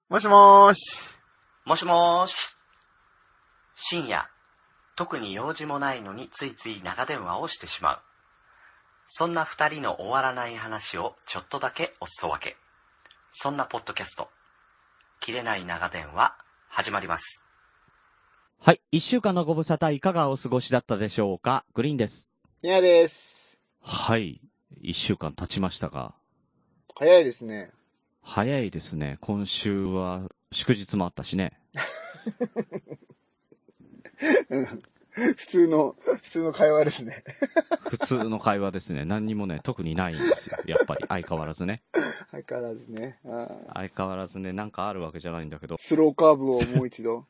もしもーし。 もしもーし。深夜、特に用事もないのについつい長電話をしてしまう。そんな二人の終わらない話をちょっとだけおすそ分け。そんなポッドキャスト、切れない長電話、始まります。 はい。一週間のご無沙汰いかがお過ごしだったでしょうか。グリーンです。 みやです。 はい。一週間経ちましたが。 早いですね。 早いですね。今週は祝日もあったしね。 普通の会話ですね。 普通の会話ですね。何にもね、特にないんですよ。やっぱり相変わらずね。 相変わらずね。 相変わらずね、なんかあるわけじゃないんだけど。 スローカーブをもう一度。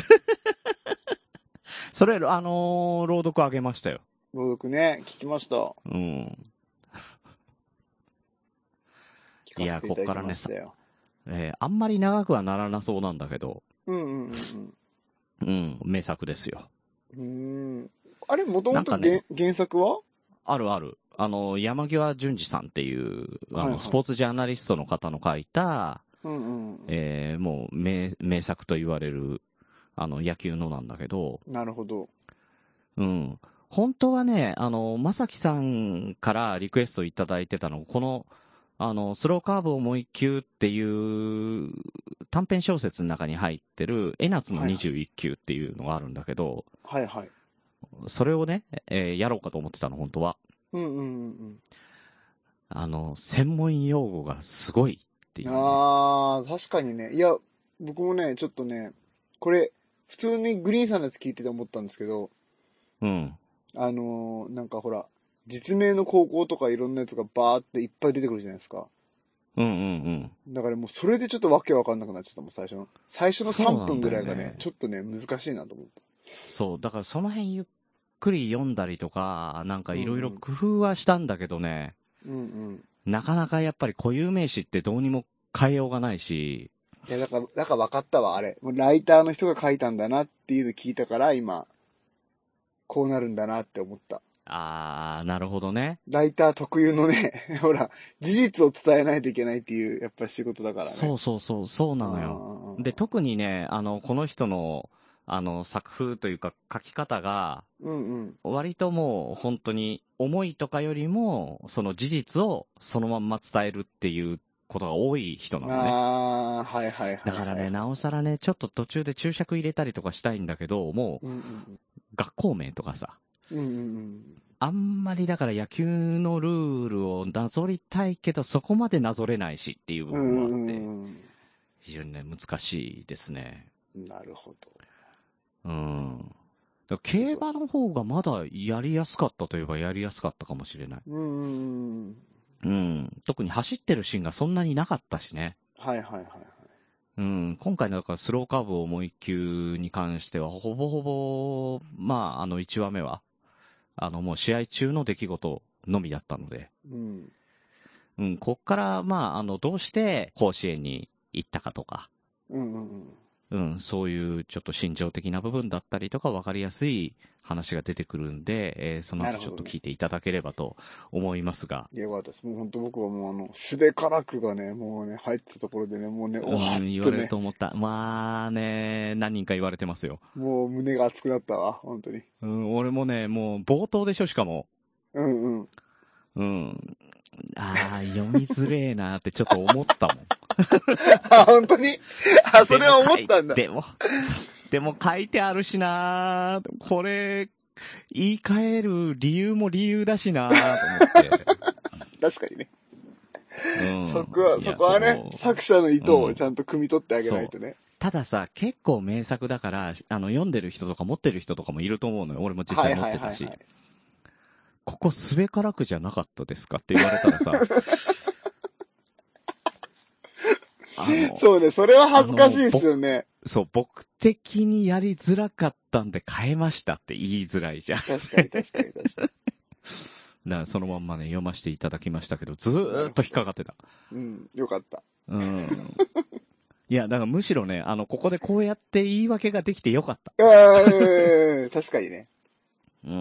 それ、朗読あげましたよ。 朗読ね、聞きました。 うん。 聞かせていただきましたよ。 あんまり長くはならなそうなんだけど。 うん。 名作ですよ。 あれ、もともと原作はあるある。山際淳二さんっていう、 はい、 スポーツジャーナリストの方の書いた、 もう名作と言われる、野球のなんだけど。 なるほど。 うん。本当はね、まさきさんからリクエストいただいてたの、この、スローカーブをもう一球っていう短編小説の中に入ってる、江夏の21球っていうのがあるんだけど、 はいはい。 それをね、やろうかと思ってたの、本当は。専門用語がすごいっていう、ね。 確かにね。いや、僕もね、ちょっとね、これ、普通にグリーンさんのやつ聞いてて思ったんですけど、 うん。 なんかほら、実名の高校とかいろんなやつがバーっていっぱい出てくるじゃないですか。だからもうそれでちょっとわけわかんなくなっちゃったもん、最初の3分ぐらいがね、ちょっとね、難しいなと思った。 そう、だからその辺ゆっくり読んだりとか、なんかいろいろ工夫はしたんだけどね、なかなかやっぱり固有名詞ってどうにも変えようがないし。 いや、だから分かったわ、あれ。もうライターの人が書いたんだなっていうの聞いたから、今、こうなるんだなって思った。 なるほどね。 ライター特有のね、ほら、事実を伝えないといけないっていう、やっぱ仕事だからね。 そうなのよ。で、特にね、この人の、作風というか書き方が、割ともう本当に思いとかよりも、その事実をそのまんま伝えるっていうことが多い人なのね。 はい。 だからね、なおさらね、ちょっと途中で注釈入れたりとかしたいんだけど、もう、学校名とかさ、あんまりだから野球のルールをなぞりたいけど、そこまでなぞれないしっていう部分もあって、非常にね、難しいですね。 なるほど。 競馬の方がまだやりやすかったといえばやりやすかったかもしれない。特に走ってるシーンがそんなになかったしね。 はい。 今回のだからスローカーブをもう一球に関しては、ほぼほぼ、1話目は、もう試合中の出来事のみだったので。こっから、どうして甲子園に行ったかとか。そういうちょっと心情的な部分だったりとか分かりやすい話が出てくるんで、その後ちょっと聞いていただければと思いますが。 いや、よかったです。もう本当僕はもうすべからくがね、もうね、入ってたところでね、もうね、 言われると思った。まあね、何人か言われてますよ。 もう胸が熱くなったわ、本当に。 俺もね、もう冒頭でしょ、しかも。 読みづれえなってちょっと思ったもん。 本当にそれは思ったんだ。 でも書いてあるしなこれ、言い換える理由も理由だしなと思って。 確かにね。そこはね、作者の意図をちゃんと汲み取ってあげないとね。 たださ、結構名作だから、読んでる人とか持ってる人とかもいると思うのよ。俺も実際持ってたし。ここすべからくじゃなかったですかって言われたらさ。 そうね、それは恥ずかしいですよね。 そう、僕的にやりづらかったんで変えましたって言いづらいじゃん。 確かに。 だからそのまんまね、読ませていただきましたけど、ずーっと引っかかってた。 よかった。 いや、だからむしろね、ここでこうやって言い訳ができてよかった。 確かにね。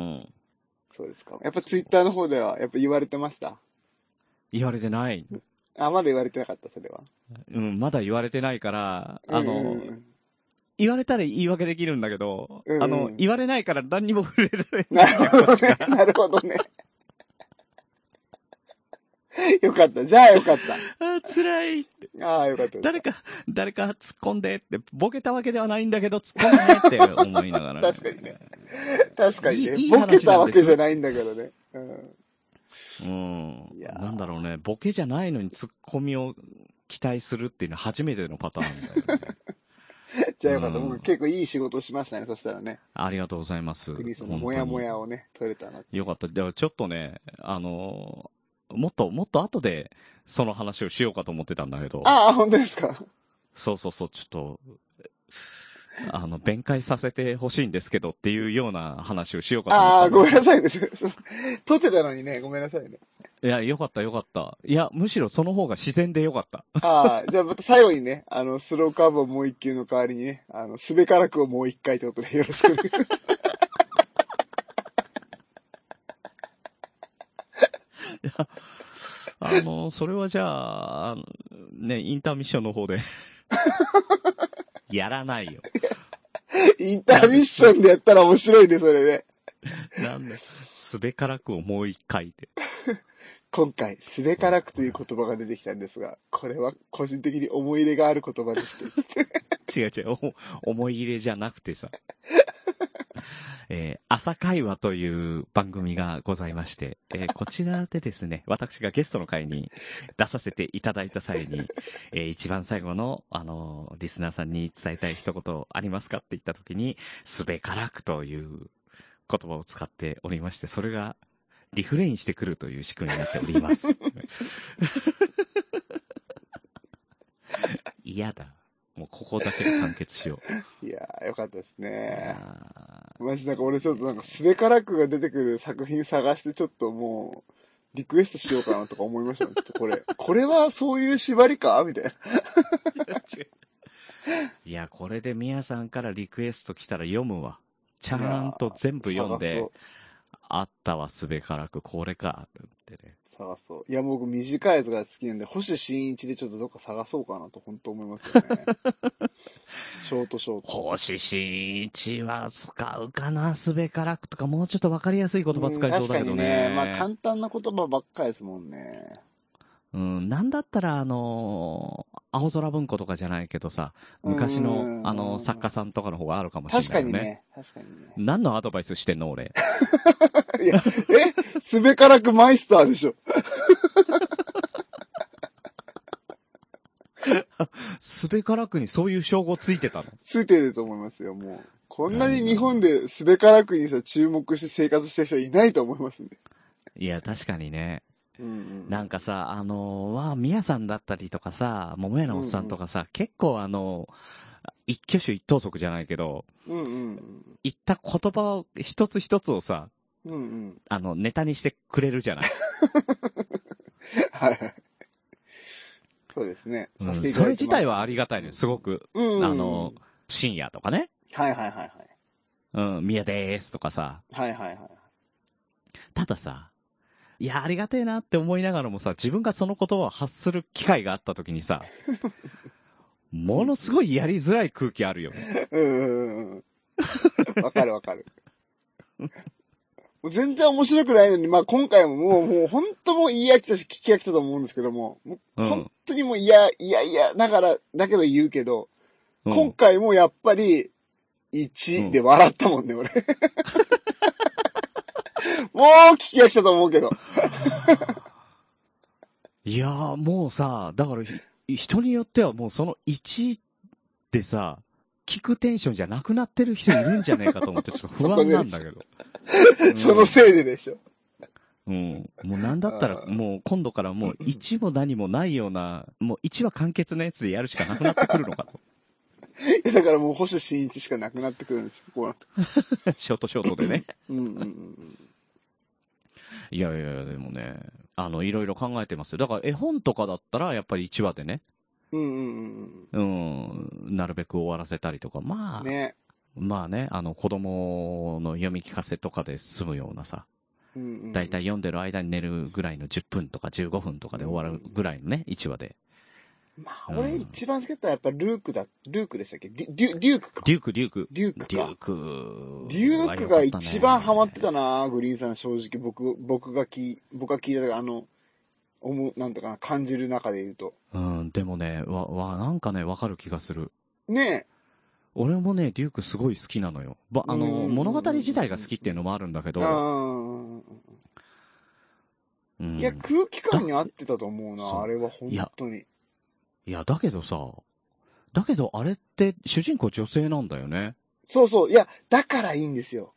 そうですか。やっぱツイッターの方では、やっぱ言われてました？ 言われてない。 あ、まだ言われてなかった、それは。 うん、まだ言われてないから、言われたら言い訳できるんだけど、言われないから何にも触れられない。 なるほどね。なるほどね。よかった。じゃあよかった。 あ、辛いって。 ああ、よかった。 誰か突っ込んでって、ボケたわけではないんだけど、突っ込んでって思いながら、ね。 確かにね。確かにね。ボケたわけじゃないんだけどね。 うん。なんだろうね。ボケじゃないのに突っ込みを期待するっていうのは初めてのパターンだよね。 じゃあよかった。僕結構いい仕事をしましたね、そしたらね。 ありがとうございます。 クリスのモヤモヤをね、取れたな。 よかった。ではちょっとね、もっと後でその話をしようかと思ってたんだけど。 ああ、本当ですか。 そう、ちょっと、弁解させてほしいんですけどっていうような話をしようかと思って。 ああ、ごめんなさいね。撮ってたのにね、ごめんなさいね。 いや、よかった。いや、むしろその方が自然でよかった。 ああ、じゃあまた最後にね、スローカーブをもう一球の代わりにね、すべからくをもう一回ってことでよろしくお願いします。 いや、それはじゃあ、ね、インターミッションの方でやらないよ。 インターミッションでやったら面白いね、それね。 なんだ、すべからくをもう一回で。 今回、すべからくという言葉が出てきたんですが、これは個人的に思い入れがある言葉でして。 違う、思い入れじゃなくてさ。朝会話という番組がございまして、こちらでですね、私がゲストの会に出させていただいた際に、一番最後の、リスナーさんに伝えたい一言ありますかって言った時に、すべからくという言葉を使っておりまして、それがリフレインしてくるという仕組みになっております。嫌だ。もうここだけで完結しよう。いやー、よかったですね。マジなんか俺ちょっとなんかすべからくが出てくる作品探してちょっともう、リクエストしようかなとか思いましたね。ちょっとこれはそういう縛りかみたいな。 いや、これでミヤさんからリクエスト来たら読むわ。ちゃんと全部読んで、あったわ、すべからく、これか、って言ってね。 探そう。いや、僕短いやつが好きなんで、星新一でちょっとどっか探そうかなと本当思いますよね。ショート。 星新一は使うかな、すべからくとか、もうちょっとわかりやすい言葉使いそうだけどね。 確かにね。まあ簡単な言葉ばっかりですもんね。 うん、なんだったら青空文庫とかじゃないけどさ、昔の作家さんとかの方があるかもしれないよね。 確かにね。 何のアドバイスしてんの俺。 いや、すべからくマイスターでしょ。 すべからくにそういう称号ついてたの？ ついてると思いますよ、もう。こんなに日本ですべからくにさ、注目して生活してる人いないと思いますね。 いや、確かにね。なんかさ、みやさんだったりとかさ、桃屋のおっさんとかさ、結構一挙手一投足じゃないけど、言った言葉を一つ一つをさ、ネタにしてくれるじゃない。 はい。そうですね。 それ自体はありがたいのよ、すごく。深夜とかね。 はい。 宮でーすとかさ。 はい。 たださ、いや、ありがてえなって思いながらもさ、自分がその言葉を発する機会があった時にさ、ものすごいやりづらい空気あるよね。 わかる。もう全然面白くないのに、まあ今回ももう本当もう言い飽きたし聞き飽きたと思うんですけども、本当にもういや、だけど言うけど、今回もやっぱり1で笑ったもんね、俺。もう聞き飽きたと思うけど。 いやーもうさ、だから人によってはもうその1でさ、聞くテンションじゃなくなってる人いるんじゃねえかと思ってちょっと不安なんだけど。 そのせいででしょ。 もうなんだったらもう今度からもう1も何もないような、もう1は完結のやつでやるしかなくなってくるのかと。 だからもう星新一しかなくなってくるんですよ、こうなって。 ショートでね。いや、でもね、いろいろ考えてますよ。だから絵本とかだったらやっぱり1話でね。なるべく終わらせたりとか、まあね、子供の読み聞かせとかで済むようなさ、 だいたい読んでる間に寝るぐらいの10分とか15分とかで終わるぐらいのね、1話で。 まあ、俺一番好きだったらやっぱルークでしたっけ？デュークか。 デュークか。 デュークが一番ハマってたな、グリーンさん、正直僕が聞いたから、なんとかな、感じる中で言うと。 でもね、なんかね、わかる気がする。 ねえ。 俺もね、デュークすごい好きなのよ。物語自体が好きっていうのもあるんだけど。 いや、空気感に合ってたと思うな、あれは本当に。 いや、だけどあれって主人公女性なんだよね。 そうそう。いや、だからいいんですよ。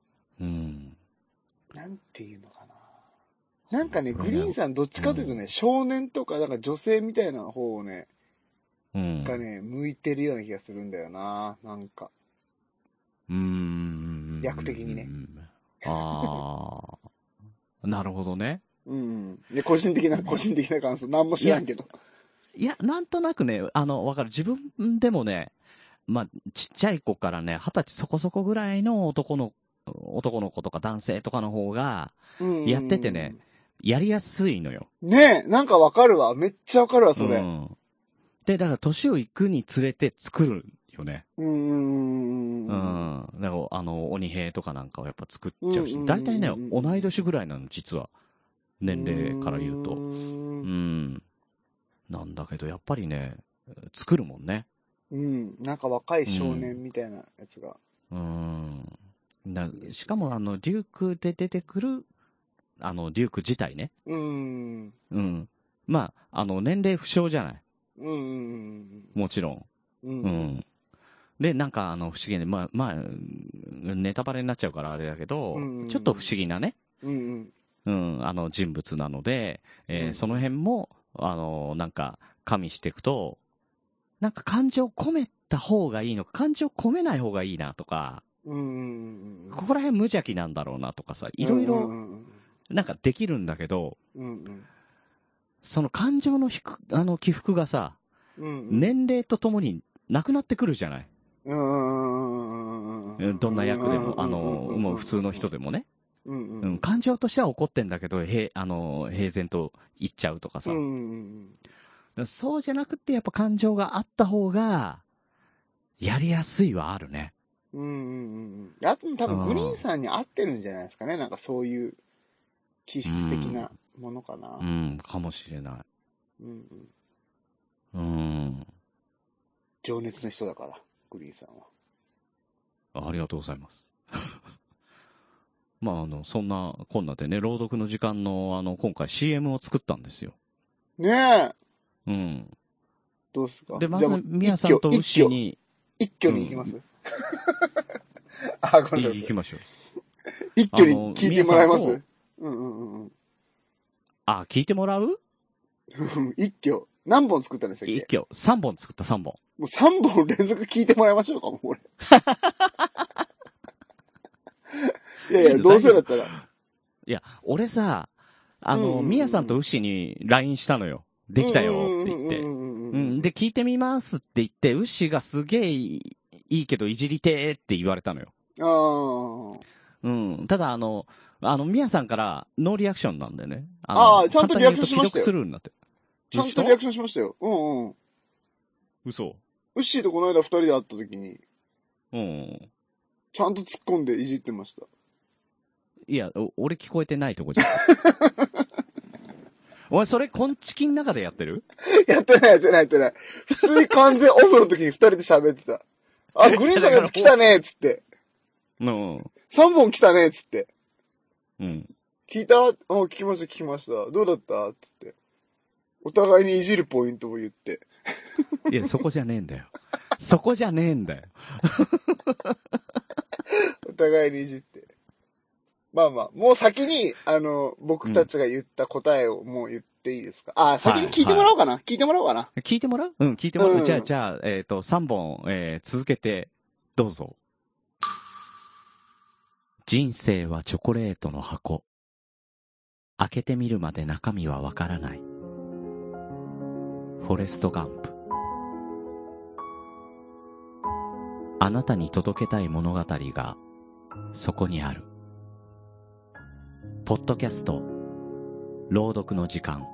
なんていうのかな。なんかね、グリーンさんどっちかというとね、少年とか、なんか女性みたいな方をね、がね、向いてるような気がするんだよな、なんか。役的にね。 なるほどね。 いや、個人的な感想、なんも知らんけど。 いや、なんとなくね、わかる。自分でもね、まあ、ちっちゃい子からね、20歳そこそこぐらいの男の子とか男性とかの方が、やっててね、やりやすいのよ。 ねえ、なんかわかるわ。めっちゃわかるわ、それ。 で、だから年をいくにつれて作るよね。だから鬼平とかなんかをやっぱ作っちゃうし、大体ね、同い年ぐらいなの、実は。年齢から言うと。なんだけど、やっぱりね、作るもんね。 なんか若い少年みたいなやつが。 しかもデュークで出てくる、デューク自体ね。まあ、年齢不詳じゃない。もちろん。で、なんか不思議で、まあ、ネタバレになっちゃうからあれだけど、ちょっと不思議なね。人物なので、その辺も、なんか、加味していくと、なんか感情込めた方がいいのか、感情込めない方がいいなとか、ここら辺無邪気なんだろうなとかさ、いろいろ、なんかできるんだけど、その感情の起伏がさ、年齢とともになくなってくるじゃない。どんな役でも、もう普通の人でもね。感情としては怒ってんだけど、平然と言っちゃうとかさ。そうじゃなくて、やっぱ感情があった方が、やりやすいはあるね。 あと多分グリーンさんに合ってるんじゃないですかね。なんかそういう気質的なものかな。 かもしれない。 情熱の人だから、グリーンさんは。 ありがとうございます。まあそんなこんなでね、朗読の時間の今回 CM を作ったんですよ。 ねえ。どうすか？ で、まず、みやさんとウッシーに。 一挙に行きます？あ、ごめんなさい。 行きましょう。 一挙に聞いてもらえます？ あ、聞いてもらう？ 一挙。何本作ったんでしたっけ？ 一挙。3本作った、3本。もう3本連続聞いてもらいましょうか、もう俺。いやいや、どうせだったら。 いや、俺さ、みやさんとウッシーに LINE したのよ。できたよって言って。で、聞いてみますって言って、ウッシーがすげえいいけどいじりてーって言われたのよ。ただみやさんからノーリアクションなんだよね。 ちゃんとリアクションしましたよ。 するんだって。 ちゃんとリアクションしましたよ。 嘘。 ウッシーとこの間2人で会った時に。ちゃんと突っ込んでいじってました。 いや、俺聞こえてないとこじゃん。お前それ、コンチキの中でやってる？ やってない。普通に完全オフの時に2人で喋ってた。あ、グリーンさんのやつ来たねっつって。3本来たねっつって。聞いた？聞きました。どうだったっつって。お互いにいじるポイントを言って。 いや、そこじゃねえんだよ。 お互いにいじって。まあまあ、もう先に、僕たちが言った答えをもう言っていいですか？先に聞いてもらおうかな。聞いてもらおうかな。 聞いてもらう？聞いてもらう。じゃあ、3本、続けて、どうぞ。人生はチョコレートの箱。開けてみるまで中身はわからない。フォレスト・ガンプ。あなたに届けたい物語がそこにある。 ポッドキャスト朗読の時間。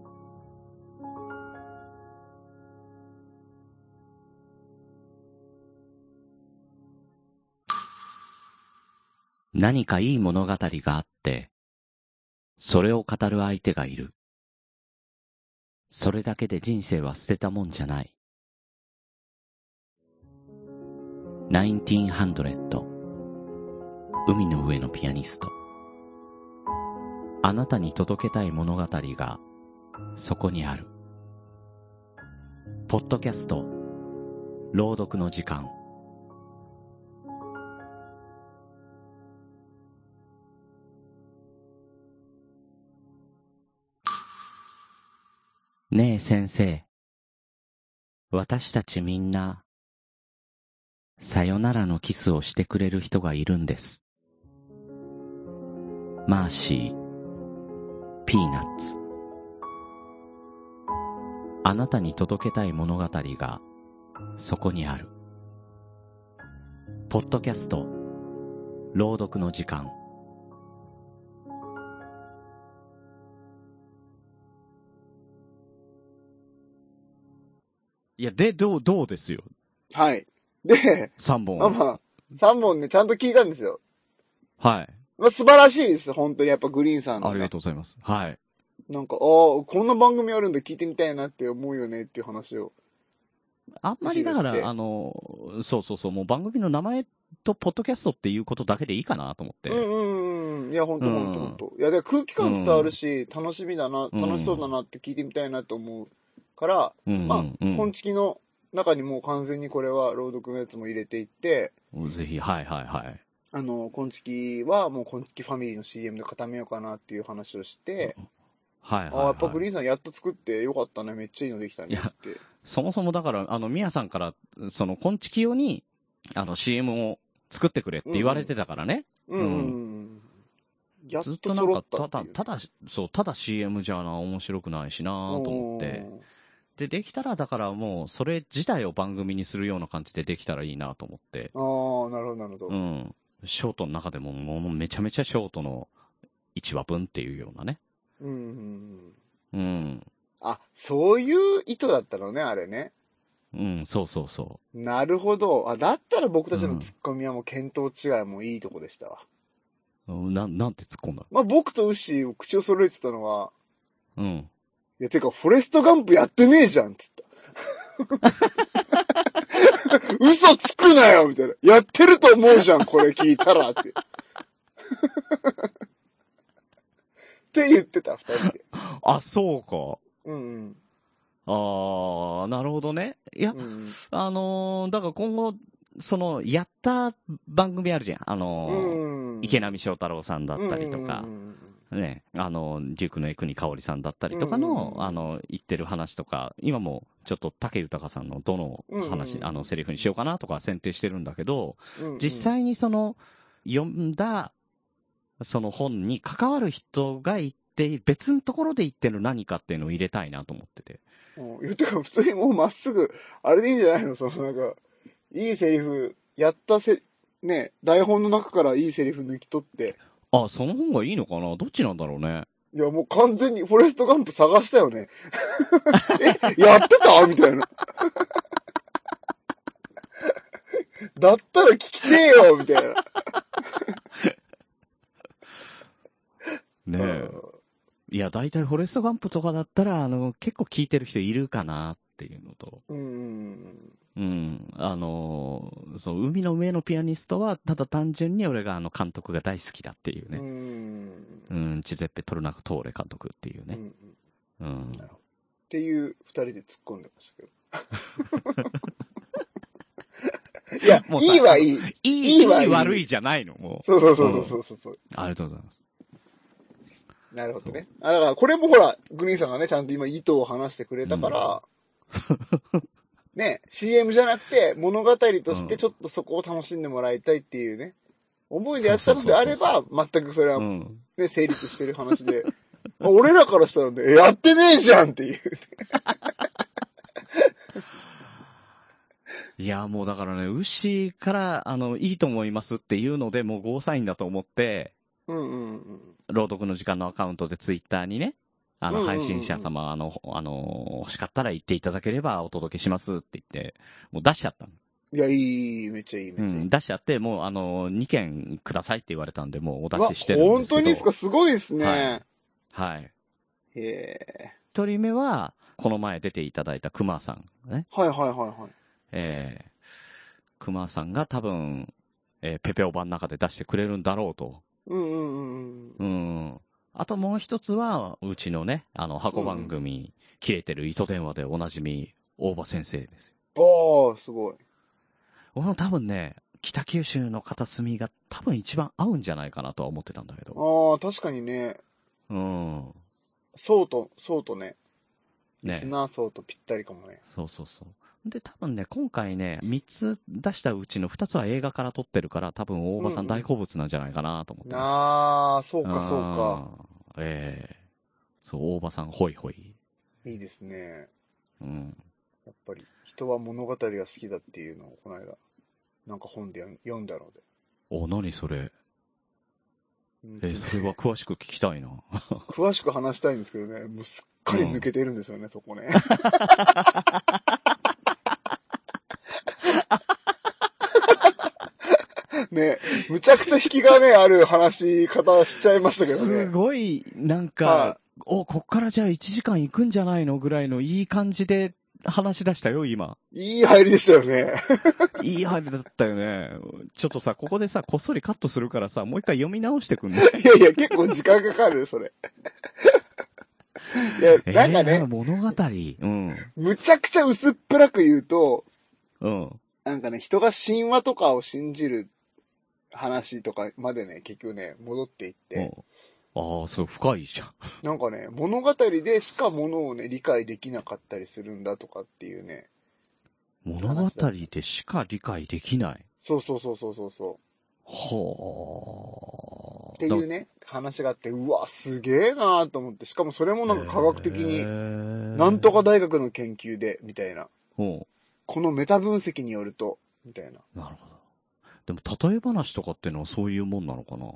何かいい物語があって、それを語る相手がいる。それだけで人生は捨てたもんじゃない。1900海の上のピアニスト。あなたに届けたい物語がそこにある。ポッドキャスト朗読の時間。ねえ先生、私たちみんなさよならのキスをしてくれる人がいるんです。マーシー、ピーナッツ。あなたに届けたい物語がそこにある。ポッドキャスト朗読の時間。いや、どうですよ。 はい。で、 3本。 3本ね、ちゃんと聞いたんですよ。 はい。 素晴らしいです。本当にやっぱグリーンさんの、ね。 ありがとうございます。はい。 なんか、こんな番組あるんだ聞いてみたいなって思うよねっていう話を。 あんまりだから、そう、もう番組の名前とポッドキャストっていうことだけでいいかなと思って。 いや、ほんと。いや、で空気感伝わるし、楽しみだな、楽しそうだなって聞いてみたいなと思うから、こんちきの中にもう完全にこれは朗読のやつも入れていって、 ぜひ、はい。 こんちきはもうこんちきファミリーの CM で固めようかなっていう話をして、やっぱグリーンさんやっと作ってよかったね、めっちゃいいのできたねって。 そもそもだから、ミヤさんから、こんちき用に、CM を作ってくれって言われてたからね。 やっと揃ったっていう。 ただ CM じゃな、面白くないしなと思って。で、できたら、だからもう、それ自体を番組にするような感じでできたらいいなと思って。 なるほど。 ショートの中でも、もうめちゃめちゃショートの1話分っていうようなね。 そういう意図だったのね、あれね。 そう。 なるほど。だったら僕たちのツッコミはもう見当違いもいいとこでしたわ。 なんて突っ込んだ僕とウッシー口を揃えてたのは、 いや、てか、フォレストガンプやってねえじゃん、つった。嘘つくなよみたいな。やってると思うじゃん、これ聞いたら、って。って言ってた、二人で。 あ、そうか。 ああ、なるほどね。いや、だから今後、やった番組あるじゃん。池波正太郎さんだったりとか、ね、デュークの江国香織さんだったりとかの、言ってる話とか、今もちょっと武豊さんのどの話、セリフにしようかなとか選定してるんだけど、実際に読んだ、本に関わる人が言って、別のところで言ってる何かっていうのを入れたいなと思ってて。 てか普通にもうまっすぐ、あれでいいんじゃないのいいセリフ、ね、台本の中からいいセリフ抜き取って。 その方がいいのかな？どっちなんだろうね。 いや、もう完全にフォレストガンプ探したよね。やってたみたいな。だったら聞きてえよみたいな。 ねえ。いや、大体フォレストガンプとかだったら、結構聞いてる人いるかなっていうのと。海の上のピアニストは、ただ単純に俺が監督が大好きだっていうね。ジゼッペ・トルナコ・トーレ監督っていうね。 っていう二人で突っ込んでましたけど。いや、もういいはいい。 いい悪いじゃないの、もう。 そう。 ありがとうございます。 なるほどね。だからこれもほら、グリーンさんがね、ちゃんと今意図を話してくれたから、ね、CM じゃなくて物語としてちょっとそこを楽しんでもらいたいっていうね、思いでやったのであれば、全くそれはね、成立してる話で、俺らからしたらね、やってねえじゃんっていう。 いや、もうだからね、牛から、いいと思いますっていうので、もうゴーサインだと思って、 朗読の時間のアカウントでツイッターにね、配信者様、欲しかったら言っていただければお届けしますって言って、もう出しちゃったの。 いや、いい、めっちゃいい、めっちゃいい。 出しちゃって、もう2件くださいって言われたんで、もうお出ししてるんですけど。 本当にですか？すごいですね。 はい。 へえ。 一人目は、この前出ていただいた熊さんね。 はいはいはいはい。 熊さんが多分、ペペオバの中で出してくれるんだろうと。あともう一つは、うちのね、箱番組、切れてる糸電話でおなじみ、大場先生ですよ。すごい。 俺も多分ね、北九州の片隅が多分一番合うんじゃないかなとは思ってたんだけど。 確かにね。そうとね。リスナー層とぴったりかもね。 そう。で、多分ね、今回ね、3つ出したうちの2つは映画から撮ってるから、多分大場さん大好物なんじゃないかなと思って、 そうか。 そう、大場さんホイホイ。 いいですね。やっぱり、人は物語が好きだっていうのを、この間、なんか本で読んだので。 何それ。それは詳しく聞きたいな。 詳しく話したいんですけどね、もうすっかり抜けてるんですよね、そこね。ね、むちゃくちゃ引きがね、ある話し方しちゃいましたけどね。 すごい、なんか、こっからじゃあ1時間行くんじゃないのぐらいのいい感じで話し出したよ、今。 いい入りでしたよね。 いい入りだったよね。ちょっとさ、ここでさ、こっそりカットするからさ、もう一回読み直してくんね。 いや、結構時間かかる、それ。いや、なんかね。 物語。 むちゃくちゃ薄っぺらく言うと、 なんかね、人が神話とかを信じる話とかまでね、結局ね、戻っていって。 そう、深いじゃん。 なんかね、物語でしか物をね、理解できなかったりするんだとかっていうね。 物語でしか理解できない。 そう。 はあ。っていうね、話があって、うわ、すげえなーと思って、しかもそれもなんか科学的に、なんとか大学の研究で、みたいな。このメタ分析によると、みたいな。 なるほど。でも、例え話とかってのはそういうもんなのかな？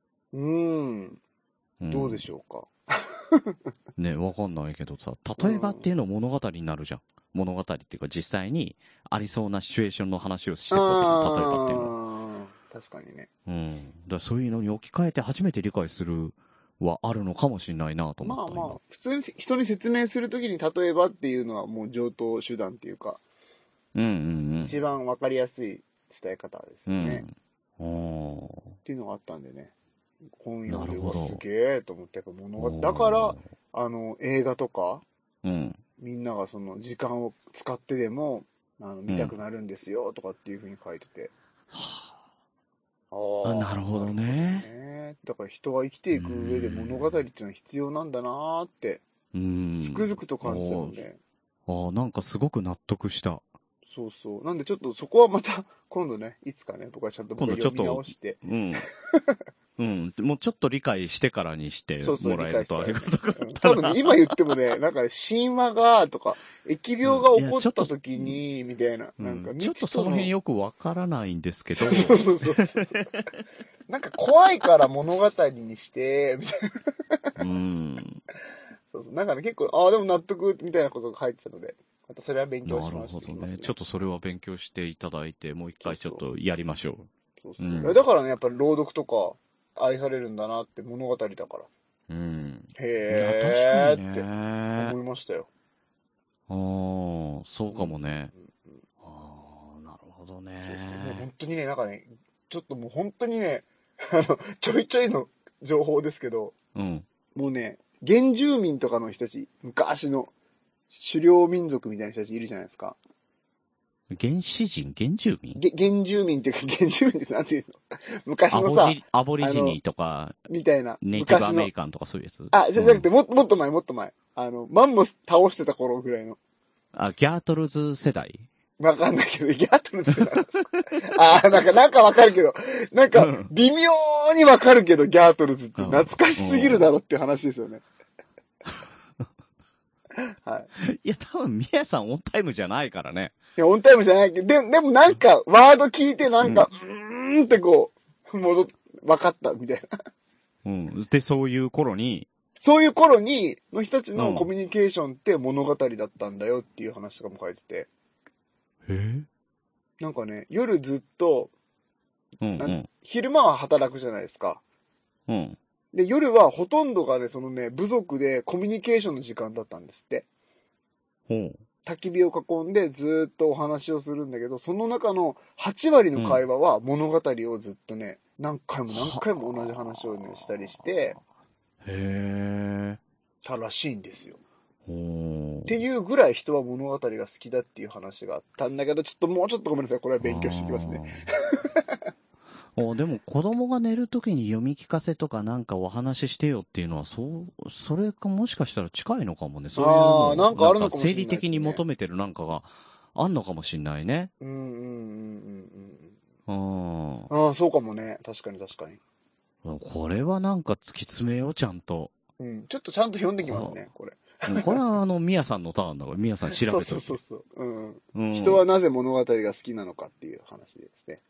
どうでしょうか。 ね、わかんないけどさ、例えばっていうのは物語になるじゃん。物語っていうか実際にありそうなシチュエーションの話をしてるわけで、例えばっていうのは。 確かにね。 だそういうのに置き換えて初めて理解するはあるのかもしれないなと思った。 普通に人に説明するときに例えばっていうのはもう上等手段っていうか、一番わかりやすい伝え方ですよね。っていうのがあったんでね。本読んで、すげえと思って、物語。だから、映画とか、みんながその時間を使ってでも、見たくなるんですよ、とかっていう風に書いてて。 なるほどね。 だから人は生きていく上で物語っていうのは必要なんだなーって、つくづくと感じたので。 なんかすごく納得した。 そう。なんでちょっとそこはまた、今度ね、いつかね、僕はちゃんと読み直して。 もうちょっと理解してからにしてもらえるとありがたかったな。 多分ね、今言ってもね、なんかね、神話が、とか、疫病が起こった時に、みたいな。なんかちょっとその辺よくわからないんですけど。 そう。なんか怖いから物語にして、みたいな。そう。なんかね、結構、でも納得、みたいなことが書いてたので、またそれは勉強しました。 なるほどね。ちょっとそれは勉強していただいて、もう一回ちょっとやりましょう。 だからね、やっぱり朗読とか愛されるんだなって物語だから。へーって思いましたよ。 そうかもね。なるほどね。 もう本当にね、なんかね、ちょっともう本当にね、ちょいちょいの情報ですけど、もうね、原住民とかの人たち、昔の狩猟民族みたいな人たちいるじゃないですか。 原住民っていうか、原住民ってなんていうの昔のさ、 アボリジニとか、 みたいな。 ネイティブアメリカンとかそういうやつ。 じゃなくて、もっと前。マンモス倒してた頃ぐらいの。 ギャートルズ世代わかんないけど、ギャートルズ世代なんかわかるけど、なんか、微妙にわかるけど、ギャートルズって懐かしすぎるだろっていう話ですよね。はい。 いや、多分、ミヤさんオンタイムじゃないからね。 いや、オンタイムじゃないけど、でもなんか、ワード聞いてなんか、ってこう、わかった、みたいな。 うん。で、そういう頃にの人たちのコミュニケーションって物語だったんだよっていう話とかも書いてて。なんかね、夜ずっと、昼間は働くじゃないですか。 うん。 で、夜はほとんどがね、そのね、部族でコミュニケーションの時間だったんですって。焚き火を囲んでずーっとお話をするんだけど、その中の8割の会話は物語をずっとね、何回も同じ話をね、したりして、たらしいんですよ。っていうぐらい人は物語が好きだっていう話があったんだけど、もうちょっとごめんなさい。これは勉強してきますね。 でも子供が寝るときに読み聞かせとかなんかお話ししてよっていうのは、それかもしかしたら近いのかもね。そういうのなんかあるのかもしれないですね。 生理的に求めてるなんかがあんのかもしんないね。 そうかもね。確かに。 これはなんか突き詰めよう、ちゃんと。 ちょっとちゃんと読んできますね、これ。 これはミヤさんのターンだから、ミヤさん調べてそう。人はなぜ物語が好きなのかっていう話ですね。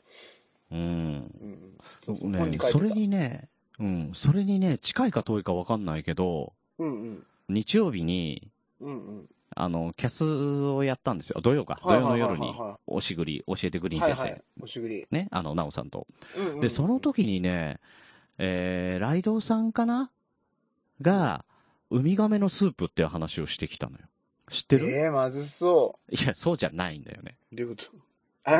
それにね、近いか遠いか分かんないけど、日曜日に、キャスをやったんですよ。土曜の夜に、おしぐり、教えてグリーン先生。 おしぐり。 ね、なおさんと。で、その時にね、ライドウさんかなが、ウミガメのスープっていう話をしてきたのよ。知ってる？ まずそう。 いや、そうじゃないんだよね。 どういうこと？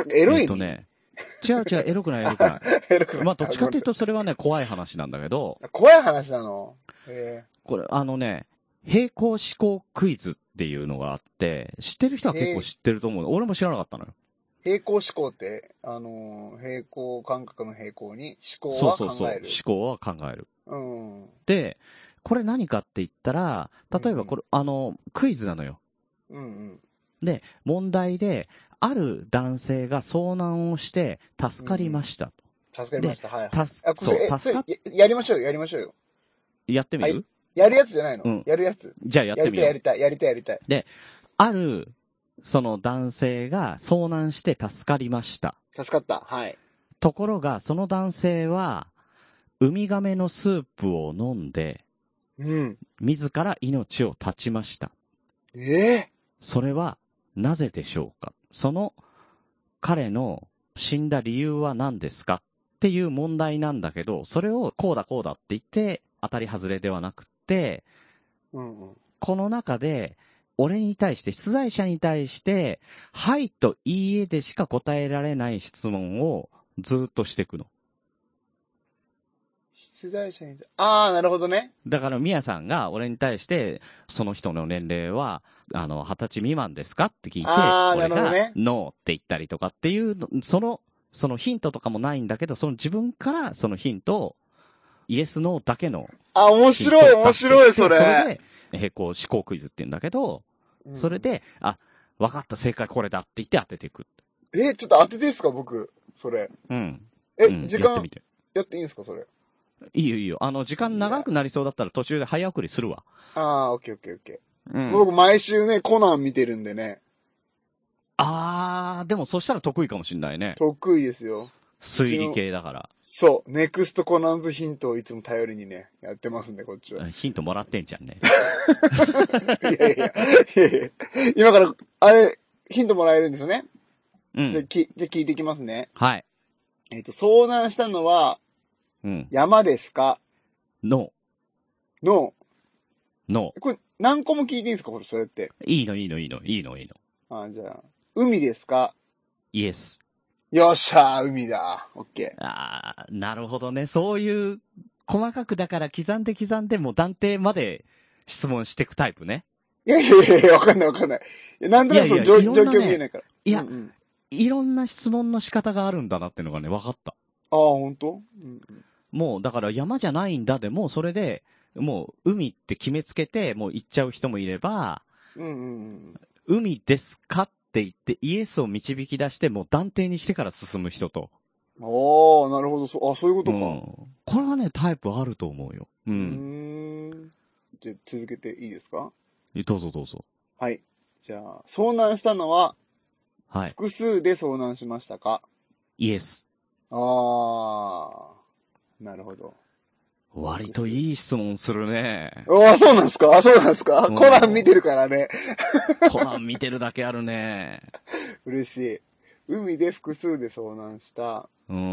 エロいの？ 違う、エロくない。まあ、どっちかっていうとそれはね、怖い話なんだけど。 怖い話なの？ これ、平行思考クイズっていうのがあって、知ってる人は結構知ってると思う。俺も知らなかったのよ。 平行思考って、平行感覚の平行に思考は考える。そう。思考は考える。で、これ何かって言ったら、例えばこれ、クイズなのよ。で、問題で、ある男性が遭難をして助かりました。 助かりました。はい。 助かっやりましょうよ。 やってみる？ やるやつじゃないの？やるやつ。 じゃあやってみよう。 やりたい。 で、ある、その男性が遭難して助かりました。 助かった。はい。 ところが、その男性は、ウミガメのスープを飲んで、自ら命を絶ちました。それは、なぜでしょうか？その彼の死んだ理由は何ですかっていう問題なんだけど、それをこうだって言って当たり外れではなくって、この中で俺に対して、出題者に対して、はいといいえでしか答えられない質問をずっとしていくの。 出題者に、なるほどね。 だから、ミヤさんが俺に対して、その人の年齢は、20歳未満ですかって聞いて、俺が、ノーって言ったりとかっていう、そのヒントとかもないんだけど、その自分からそのヒントを、イエス、ノーだけの。 面白い、それ。 それで、平行思考クイズって言うんだけど、それで、わかった、正解これだって言って当てていく。 ちょっと当てていいですか、僕、それ。時間、やっていいんですか、それ。 いいよ。時間長くなりそうだったら途中で早送りするわ。 オッケー。僕毎週ね、コナン見てるんでね。 でもそしたら得意かもしんないね。 得意ですよ。 推理系だから。 そう。ネクストコナンズヒントをいつも頼りにね、やってますんで、こっちは。 ヒントもらってんじゃんね。 いや。今から、ヒントもらえるんですよね。じゃあ聞いていきますね。 はい。 遭難したのは、山ですか？ ノー。 これ、何個も聞いていいんですか？これ、それって。 いいの。 じゃあ、海ですか？ イエス。 よっしゃー、海だ。オッケー。なるほどね。そういう、細かくだから刻んでも断定まで質問していくタイプね。 いや、わかんない。なんとなくその状況見えないから。 いろんな質問の仕方があるんだなっていうのがね、分かった。 ほんと？ もう、だから山じゃないんだでも、それで、もう、海って決めつけて、もう行っちゃう人もいれば、海ですかって言って、イエスを導き出して、もう断定にしてから進む人と。 なるほど。そういうことか。 これはね、タイプあると思うよ。 じゃあ、続けていいですか？ どうぞ。 はい。じゃあ、遭難したのは、 はい。 複数で遭難しましたか？ イエス。 なるほど。 割といい質問するね。 あ、そうなんですか？そうなんですか？コナン見てるからね。 コナン見てるだけあるね。 嬉しい。海で複数で遭難した。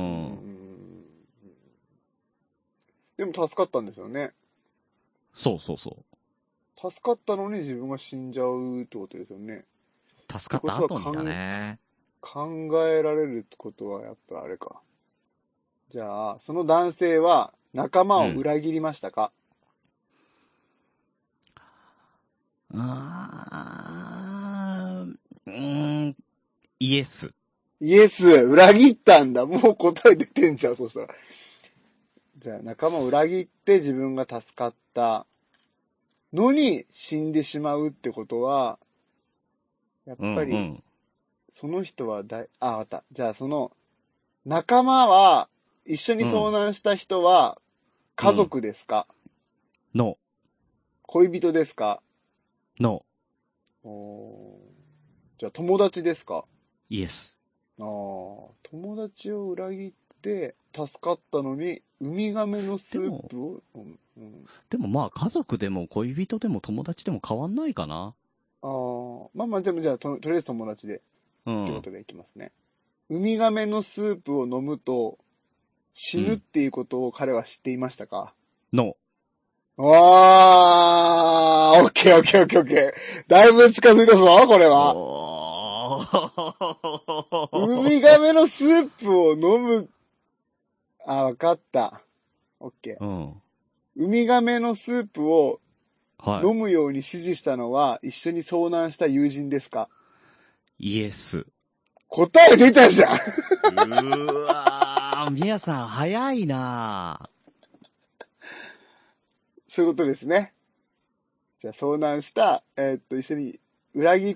でも助かったんですよね。 そうそうそう。 助かったのに自分が死んじゃうってことですよね。 助かった後にだね。 考えられるってことはやっぱあれか。じゃあ、その男性は仲間を裏切りましたか？ イエス。 イエス、裏切ったんだ。もう答え出てんじゃん、そしたら。じゃあ、仲間を裏切って自分が助かったのに死んでしまうってことは、やっぱり、その人はわかった。じゃあ、その、仲間は、一緒に遭難した人は、家族ですか？ ノー。 恋人ですか？ ノー。じゃあ、友達ですか？ イエス。 友達を裏切って助かったのに、ウミガメのスープをでもまあ、家族でも恋人でも友達でも変わんないかな。 まあまあ、でもじゃあ、とりあえず友達で。ってことでいきますね。ウミガメのスープを飲むと、死ぬっていうことを彼は知っていましたか？ ノー。 オッケーオッケーオッケーオッケー。だいぶ近づいたぞ、これは。ウミガメのスープを飲む。わかった。オッケー。ウミガメのスープを飲むように指示したのは、一緒に遭難した友人ですか？ イエス。 答え出たじゃん。 うわー、みやさん早いな。 そういうことですね。じゃあ遭難した、一緒に裏切った。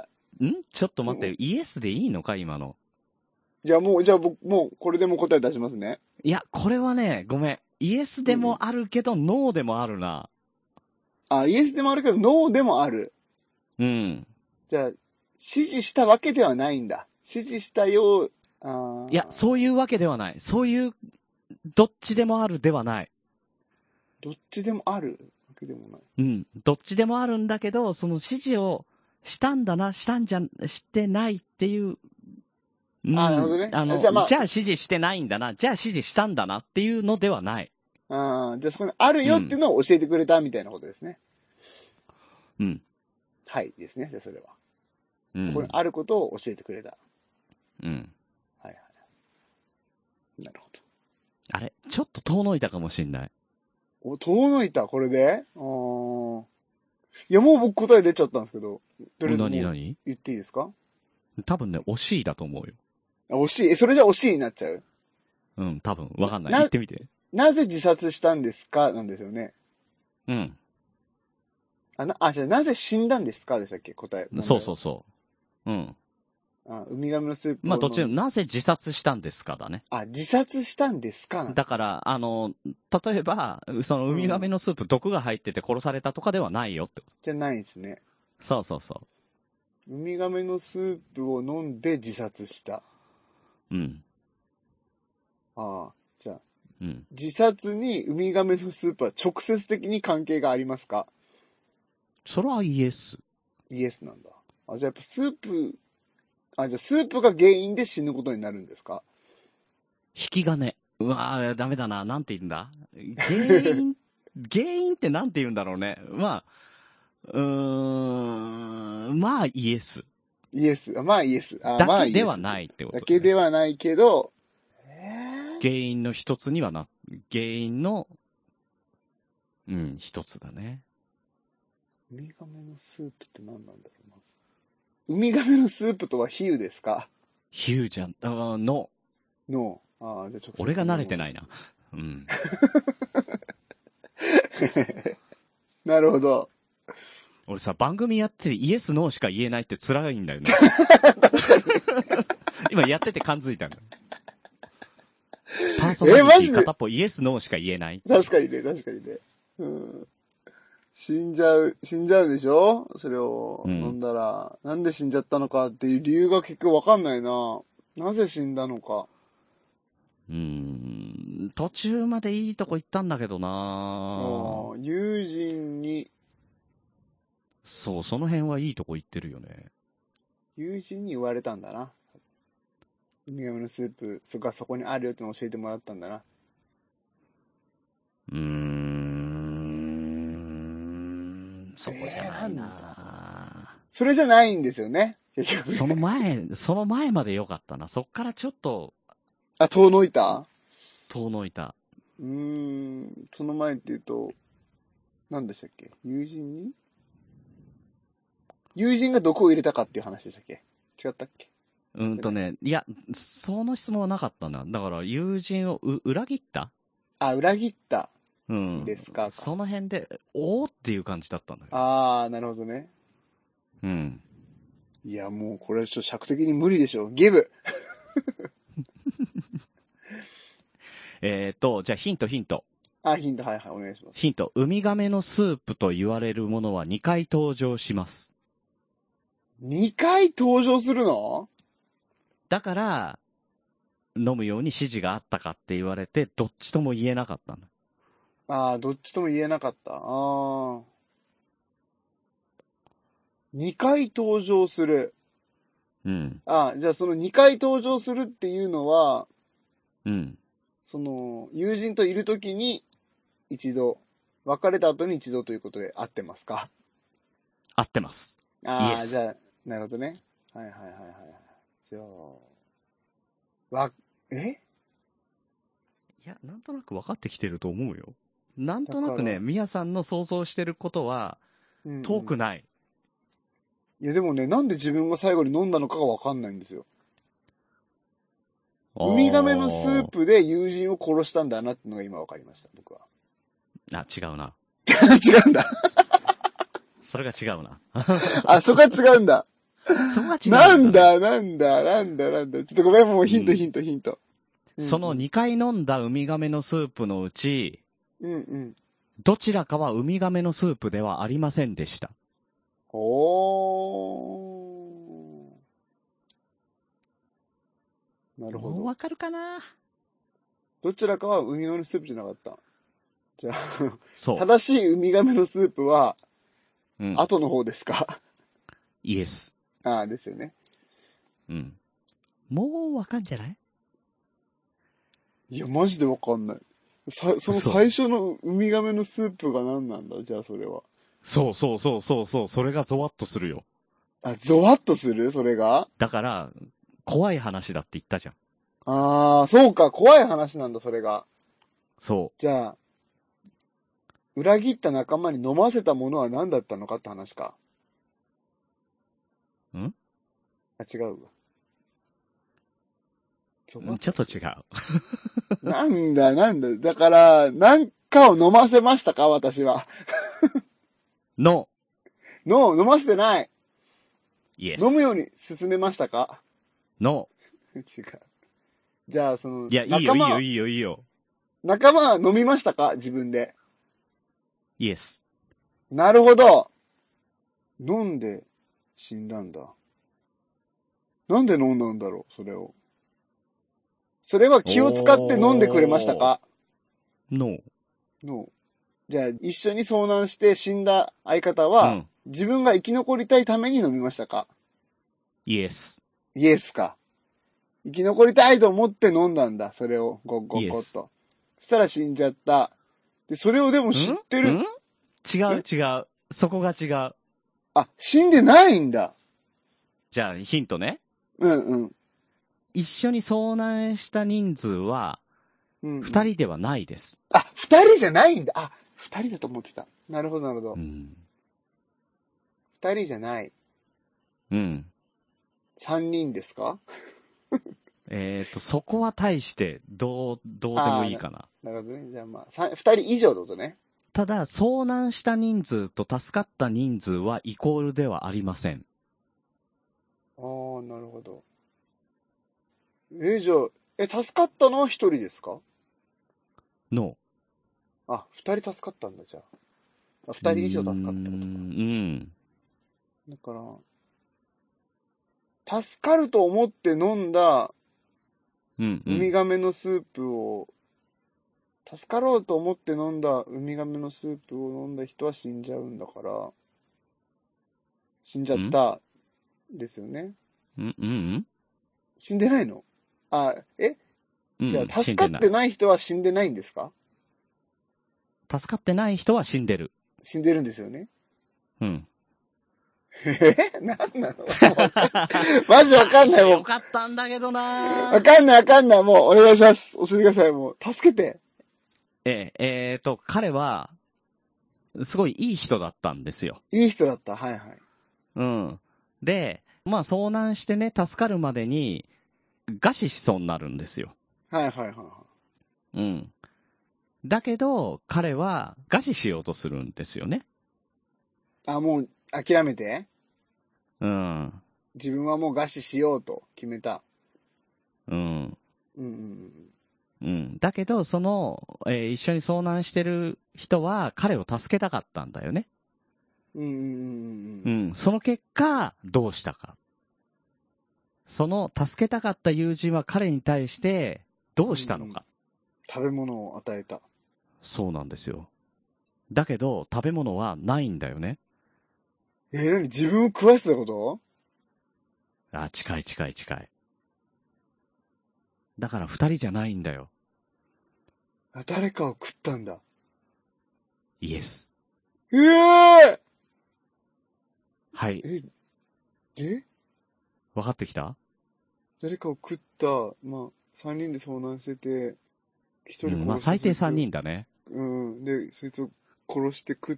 ちょっと待って、イエスでいいのか今の。 じゃあ僕、もうこれでも答え出しますね。 いや、これはね、ごめん。イエスでもあるけど、ノーでもあるな。 イエスでもあるけど、ノーでもある。じゃあ、指示したわけではないんだ。指示したよう、 いや、そういうわけではない。そういう、どっちでもあるではない。 どっちでもあるわけでもない。 どっちでもあるんだけど、その指示をしたんだな、してないっていう。 なるほどね。じゃあ指示してないんだな、じゃあ指示したんだなっていうのではない。 じゃあそこにあるよっていうのを教えてくれたみたいなことですね。はいですね。じゃあそれは。そこにあることを教えてくれた。はいはい。なるほど。 あれちょっと遠のいたかもしんない。 遠のいたこれでいや、もう僕答え出ちゃったんですけど。とりあえず何言っていいですか？ 多分ね、惜しいだと思うよ。 惜しい。それじゃ惜しいになっちゃう？ 多分。わかんない。言ってみて。 なぜ自殺したんですかなんですよね。じゃあなぜ死んだんですかでしたっけ答え。 そう。 ウミガメのスープ。 まあ、どっちでも、なぜ自殺したんですかだね。 自殺したんですかだから、例えば、そのウミガメのスープ、毒が入ってて殺されたとかではないよってこと。 じゃないですね。 そう。 ウミガメのスープを飲んで自殺した。じゃあ、自殺にウミガメのスープは直接的に関係がありますか？ それはイエス。 イエスなんだ。じゃあやっぱスープ、じゃあスープが原因で死ぬことになるんですか？ 引き金。うわぁ、ダメだな。なんて言うんだ？原因ってなんて言うんだろうね。まあイエス。 イエス。まあイエス。 だけではないってこと、 だけではないけど、 原因の一つには原因の、一つだね。 ウミガメのスープって何なんだろう、まず。ウミガメのスープとは比喩ですか？ 比喩じゃん。ノー。 じゃあ直接。 俺が慣れてないな。 なるほど。 俺さ、番組やっててイエスノーしか言えないって辛いんだよね。 確かに。 今やってて感づいたんだ。パーソナリティ片っぽイエスノーしか言えない。 確かにね。死んじゃうでしょ？それを飲んだら、なんで死んじゃったのかっていう理由が結局わかんないな。なぜ死んだのか。 途中までいいとこ行ったんだけどな友人に。 そう、その辺はいいとこ行ってるよね。 友人に言われたんだな。ウミガメのスープ、そこにあるよってのを教えてもらったんだな。 そこじゃないな、 それじゃないんですよね。結局。 その前まで良かったな。そっからちょっと。 あ、遠のいた。 その前って言うと、何でしたっけ？友人が毒を入れたかっていう話でしたっけ？違ったっけ？ いや、その質問はなかったな。だから友人を裏切った？ 裏切った。 ですか。その辺で、おーっていう感じだったんだけど。 なるほどね。いや、もうこれはちょっと尺的に無理でしょ。ギブじゃあヒント。 ヒント、はい、お願いします。 ヒント、ウミガメのスープと言われるものは2回登場します。 2回登場するの？ だから、飲むように指示があったかって言われて、どっちとも言えなかったの。 どっちとも言えなかった。2回登場する。じゃあその2回登場するっていうのは、その、友人といるときに一度、別れた後に一度ということで合ってますか？ 合ってます。 じゃあ、なるほどね。はい。じゃあ、いや、なんとなく分かってきてると思うよ。なんとなくね、みやさんの想像してることは、遠くない。 いや、でもね、なんで自分が最後に飲んだのかが分かんないんですよ。ウミガメのスープで友人を殺したんだなってのが今分かりました、僕は。 違うな。 違うんだ。 それが違うな。 そこが違うんだ。 そこが違うんだ。なんだ。ちょっとごめん、もうヒント。 その2回飲んだウミガメのスープのうち、どちらかはウミガメのスープではありませんでした。なるほど。もうわかるかな？ どちらかはウミガメのスープじゃなかった。じゃあ、 そう。 正しいウミガメのスープは、後の方ですか？ イエス。 ですよね。 もうわかんじゃない？ いや、マジでわかんない。その最初のウミガメのスープが何なんだ？じゃあそれは。 そう。それがゾワッとするよ。 ゾワッとする？それが？ だから、怖い話だって言ったじゃん。 そうか、怖い話なんだ、それが。 そう。 じゃあ、裏切った仲間に飲ませたものは何だったのかって話か。違うわ。 ちょっと違う。なんだ。だから、なんかを飲ませましたか、私は。 飲ませてない。 イエス。 飲むように進めましたか？違う。じゃあ、 いや、いいよ。 仲間は飲みましたか？自分で。 イエス。 なるほど。飲んで死んだんだ。なんで飲んだんだろう、それを。それは気を使って飲んでくれましたか？ ノー。じゃあ、一緒に遭難して死んだ相方は、自分が生き残りたいために飲みましたか？ イエス。 イエスか。生き残りたいと思って飲んだんだ、それを、ごっと。そしたら死んじゃった。で、それをでも知ってる。 違う。そこが違う。 死んでないんだ。 じゃあ、ヒントね。一緒に遭難した人数は、2人ではないです。 2人じゃないんだ。2人だと思ってた。なるほど。2人じゃない。3人ですか？ そこは大して、どうでもいいかな。 なるほどね。じゃあ2人以上ってことね。 ただ、遭難した人数と助かった人数はイコールではありません。 なるほど。じゃあ、助かったのは1人ですか？ ノー。2人助かったんだ、じゃあ。2人以上助かったってことか。だから、助かると思って飲んだ、ウミガメのスープを助かろうと思って飲んだウミガメのスープを飲んだ人は死んじゃうんだから、死んじゃったですよね。死んでないの？じゃあ、助かってない人は死んでないんですか？ 助かってない人は死んでる。 死んでるんですよね。 うん。 なんなのマジわかんないもん。 よかったんだけどなわかんない。もう、お願いします。教えてください。もう、助けて。 彼は、すごいいい人だったんですよ。 いい人だった。はいはい。 うん。で、まあ遭難してね、助かるまでに、餓死しそうになるんですよ。 はい。 うん。だけど、彼は餓死しようとするんですよね。 あ、もう、諦めて？ うん。 自分はもう餓死しようと決めた。 うん。 うん。 だけど、一緒に遭難してる人は彼を助けたかったんだよね。 うん。 その結果、どうしたか。その助けたかった友人は彼に対してどうしたのか。 食べ物を与えた。 そうなんですよ。だけど、食べ物はないんだよね。 何？自分を食わしたってこと？ あ、近い。だから二人じゃないんだよ。 誰かを食ったんだ。 イエス。 はい。 分かってきた？ 誰かを食った。まあ、3人で遭難してて、1人殺した。 まあ最低3人だね。 で、そいつを殺して食った。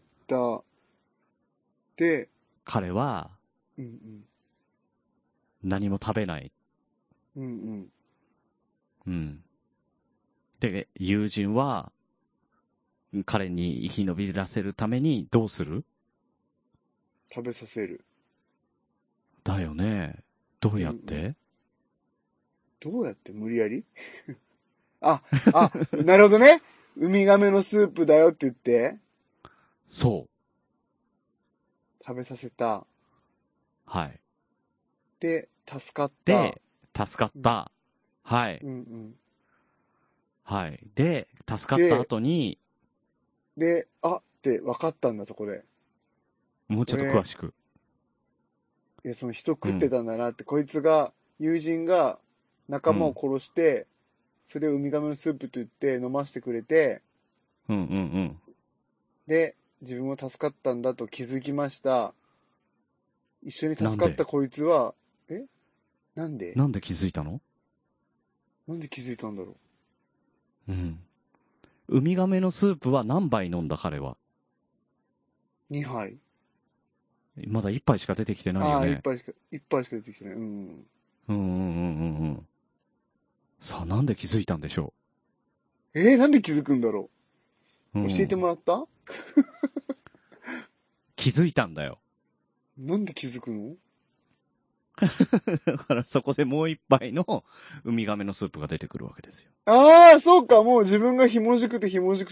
で、 彼は、何も食べない。で、友人は、彼に生き延びらせるためにどうする？ 食べさせる。 だよね。どうやって？ どうやって無理やりなるほどね。ウミガメのスープだよって言って。 そう。 食べさせた。 はい。 で、助かった。 はい。はい。で、助かった後に。 って分かったんだ、そこで。 もうちょっと詳しく。 いや、その人食ってたんだなって、こいつが、友人が仲間を殺して、それをウミガメのスープと言って飲ませてくれて、で、自分も助かったんだと気づきました。一緒に助かったこいつは、なんで気づいたの？ なんで気づいたんだろう。ウミガメのスープは何杯飲んだ彼は ？2杯。 まだ1杯しか出てきてないよね。 1杯しか出てきてない。 さあ、なんで気づいたんでしょう？なんで気づくんだろう？教えてもらった？ 気づいたんだよ。 なんで気づくの？ だからそこでもう1杯のウミガメのスープが出てくるわけですよ。 そうか、もう自分がひもじくて。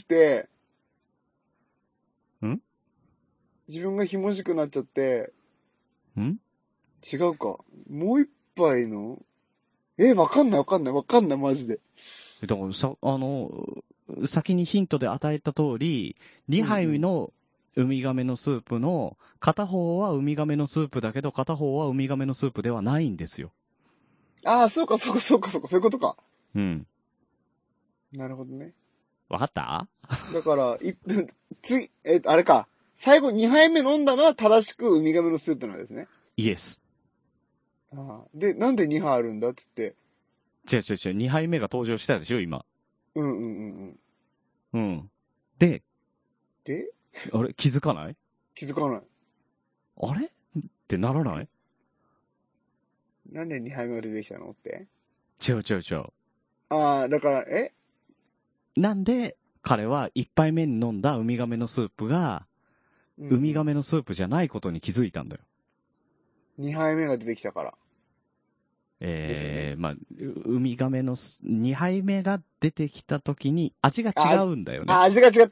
自分がひもじくなっちゃって。違うか。もう1杯のわかんない、マジで。 だから先にヒントで与えた通り、2杯のウミガメのスープの、片方はウミガメのスープだけど、片方はウミガメのスープではないんですよ。 そうか、そういうことか。なるほどね。 わかった？ だから、あれか。最後2杯目飲んだのは正しくウミガメのスープなんですね。 イエス。 で、なんで2杯あるんだっつって。 違う、2杯目が登場したでしょ、今。で、あれ気づかない？ 気づかない。 あれってならない？ なんで2杯目が出てきたのって？ 違う。 だから、 なんで彼は1杯目に飲んだウミガメのスープが、ウミガメのスープじゃないことに気づいたんだよ。 2杯目が出てきたから。 まあ、ウミガメの2杯目が出てきた時に味が違うんだよね。 味が違った。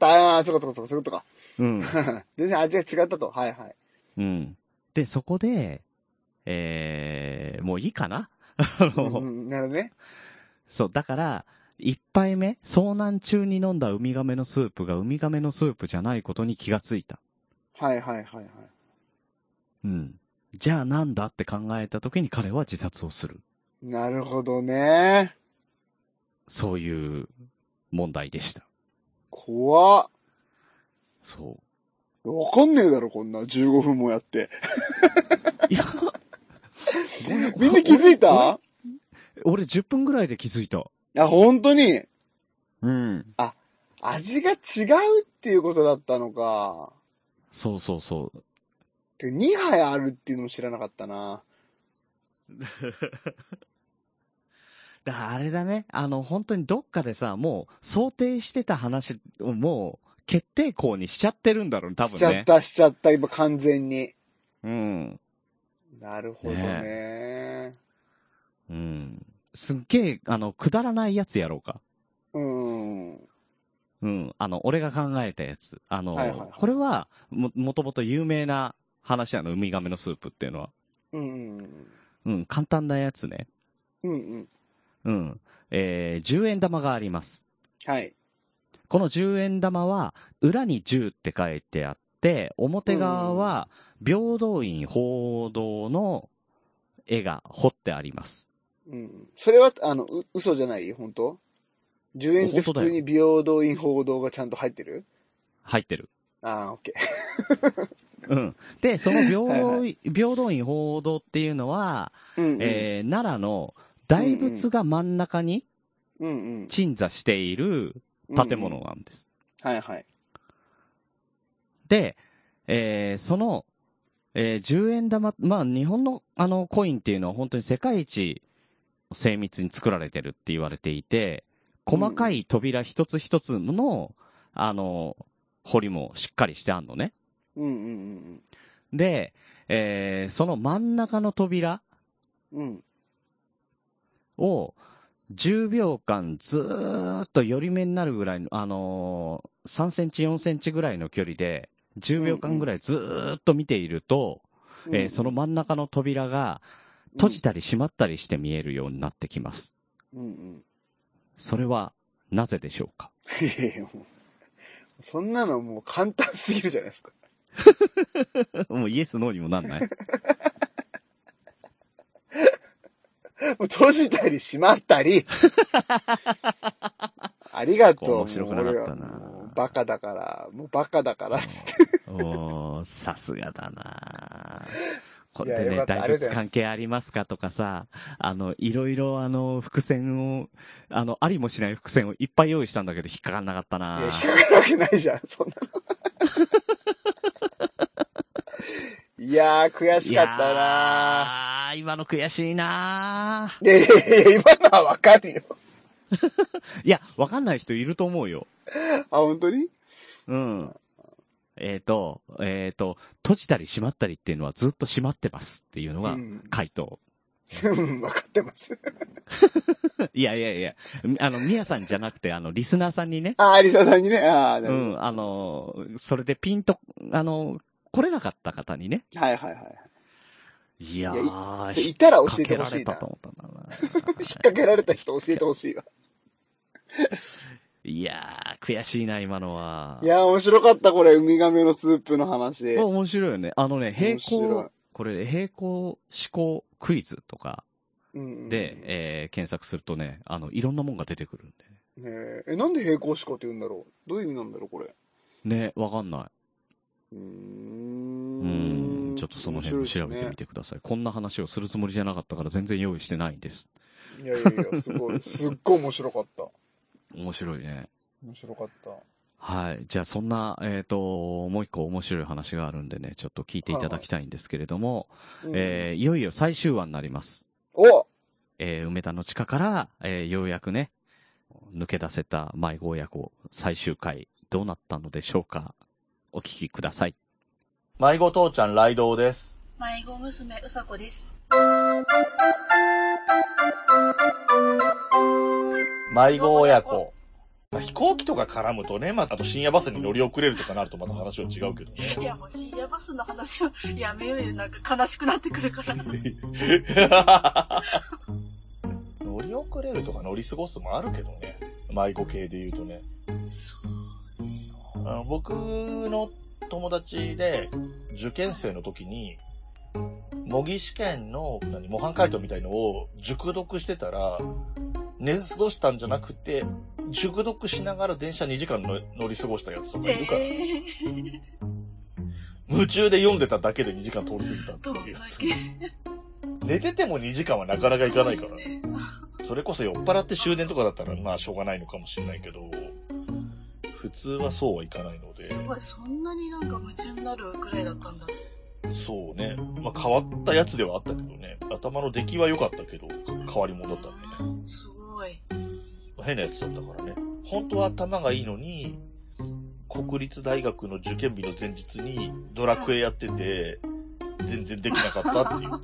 そういうことか。 全然味が違ったと。はい。 で、そこで、もういいかな？ なるほどね。 そう、だから、 一杯目、遭難中に飲んだウミガメのスープがウミガメのスープじゃないことに気がついた。 はいはいはいはい。 うん。じゃあなんだって考えた時に彼は自殺をする。 なるほどね。 そういう問題でした。 怖っ。 そう。 わかんねえだろ、こんな15分もやって。 いや、 みんな気づいた？ 俺10分ぐらいで気づいた。 あ、本当に？ うん。 あ、味が違うっていうことだったのか。 そうそうそう。 2杯あるっていうのも知らなかったな。 あれだね。本当にどっかでさ、もう想定してた話をもう決定校にしちゃってるんだろう、多分ね。 しちゃった、今完全に。 うん。 なるほどね。 うん。すっげえ、くだらないやつやろうか。うん。俺が考えたやつ。はいはいはい、これは、もともと有名な話なの、ウミガメのスープっていうのは。簡単なやつね。10円玉があります。はい。この10円玉は、裏に10って書いてあって、表側は、平等院報道の絵が彫ってあります。 それは、嘘じゃない本当？10円って普通に平等院報道がちゃんと入ってる？ 入ってる。 ああ、オッケー。で、その平等院報道っていうのは、奈良の大仏が真ん中に鎮座している建物なんです。はいはい。で、その、10円玉、日本のコインっていうのは本当に世界一精密に作られてるって言われていて、細かい扉一つ一つの、彫りもしっかりしてあんのね。で、その真ん中の扉を10秒間ずーっと寄り目になるぐらいの、3センチ4センチぐらいの距離で10秒間ぐらいずーっと見ていると、その真ん中の扉が閉じたり閉まったりして見えるようになってきます。それはなぜでしょうか？いやいや、 そんなのもう簡単すぎるじゃないですか。 もうイエスノーにもなんない？ もう閉じたり閉まったり。ありがとう。 面白くなかったな。 バカだから、もうバカだからっつって。 おー、さすがだな。これでね、大仏関係ありますかとかさ、いろいろ伏線を、ありもしない伏線をいっぱい用意したんだけど引っかかんなかったな。 いや、引っかかるわけないじゃん、そんなの。いやー、悔しかったなー。今の悔しいなー。いやいやいや、今のはわかるよ。 いや、わかんない人いると思うよ。 あ、本当に？ うん。閉じたり閉まったりっていうのはずっと閉まってますっていうのが回答。 分かってます。 いやいやいや、みやさんじゃなくて、リスナーさんにね。 リスナーさんにね。 それでピンと、来れなかった方にね。 はいはいはい。 いやー、 いたら教えてほしいな。 引っ掛けられたと思ったんだな。 引っ掛けられた人教えてほしいわ。 いやー、悔しいな、今のは。 いやー、面白かった、これ、ウミガメのスープの話。 面白いよね。これ、平行思考クイズとかで、検索するとね、いろんなもんが出てくるんで。ねなんで平行思考って言うんだろう？どういう意味なんだろう、これ。 ねわかんない。ちょっとその辺も調べてみてください。こんな話をするつもりじゃなかったから全然用意してないんです。 いやいやいや、すごい面白かった。 面白いね。 面白かった。 はい。じゃあそんな、もう一個面白い話があるんでね、ちょっと聞いていただきたいんですけれども、いよいよ最終話になります。梅田の地下から、ようやくね、抜け出せた迷子親子最終回、どうなったのでしょうか？お聞きください。 迷子父ちゃん雷道です。 迷子娘うさこです。 迷子親子。飛行機とか絡むとね、あと深夜バスに乗り遅れるとかなるとまた話は違うけどね。 いや、もう深夜バスの話をやめようよ。なんか悲しくなってくるから。 乗り遅れるとか乗り過ごすもあるけどね。 迷子系で言うとね。僕の友達で受験生の時に、模擬試験の模範解答みたいのを熟読してたら、寝過ごしたんじゃなくて、熟読しながら電車2時間乗り過ごしたやつとかいるから。夢中で読んでただけで2時間通り過ぎたっていうやつ。寝てても2時間はなかなかいかないから。それこそ酔っ払って終電とかだったらまあしょうがないのかもしれないけど、普通はそうはいかないので。 すごい、そんなになんか夢中になるくらいだったんだ。 そうね。まあ変わったやつではあったけどね。頭の出来は良かったけど、変わり者だったね。 すごい。 変なやつだったからね。本当は頭がいいのに、国立大学の受験日の前日にドラクエやってて、全然できなかったっていう。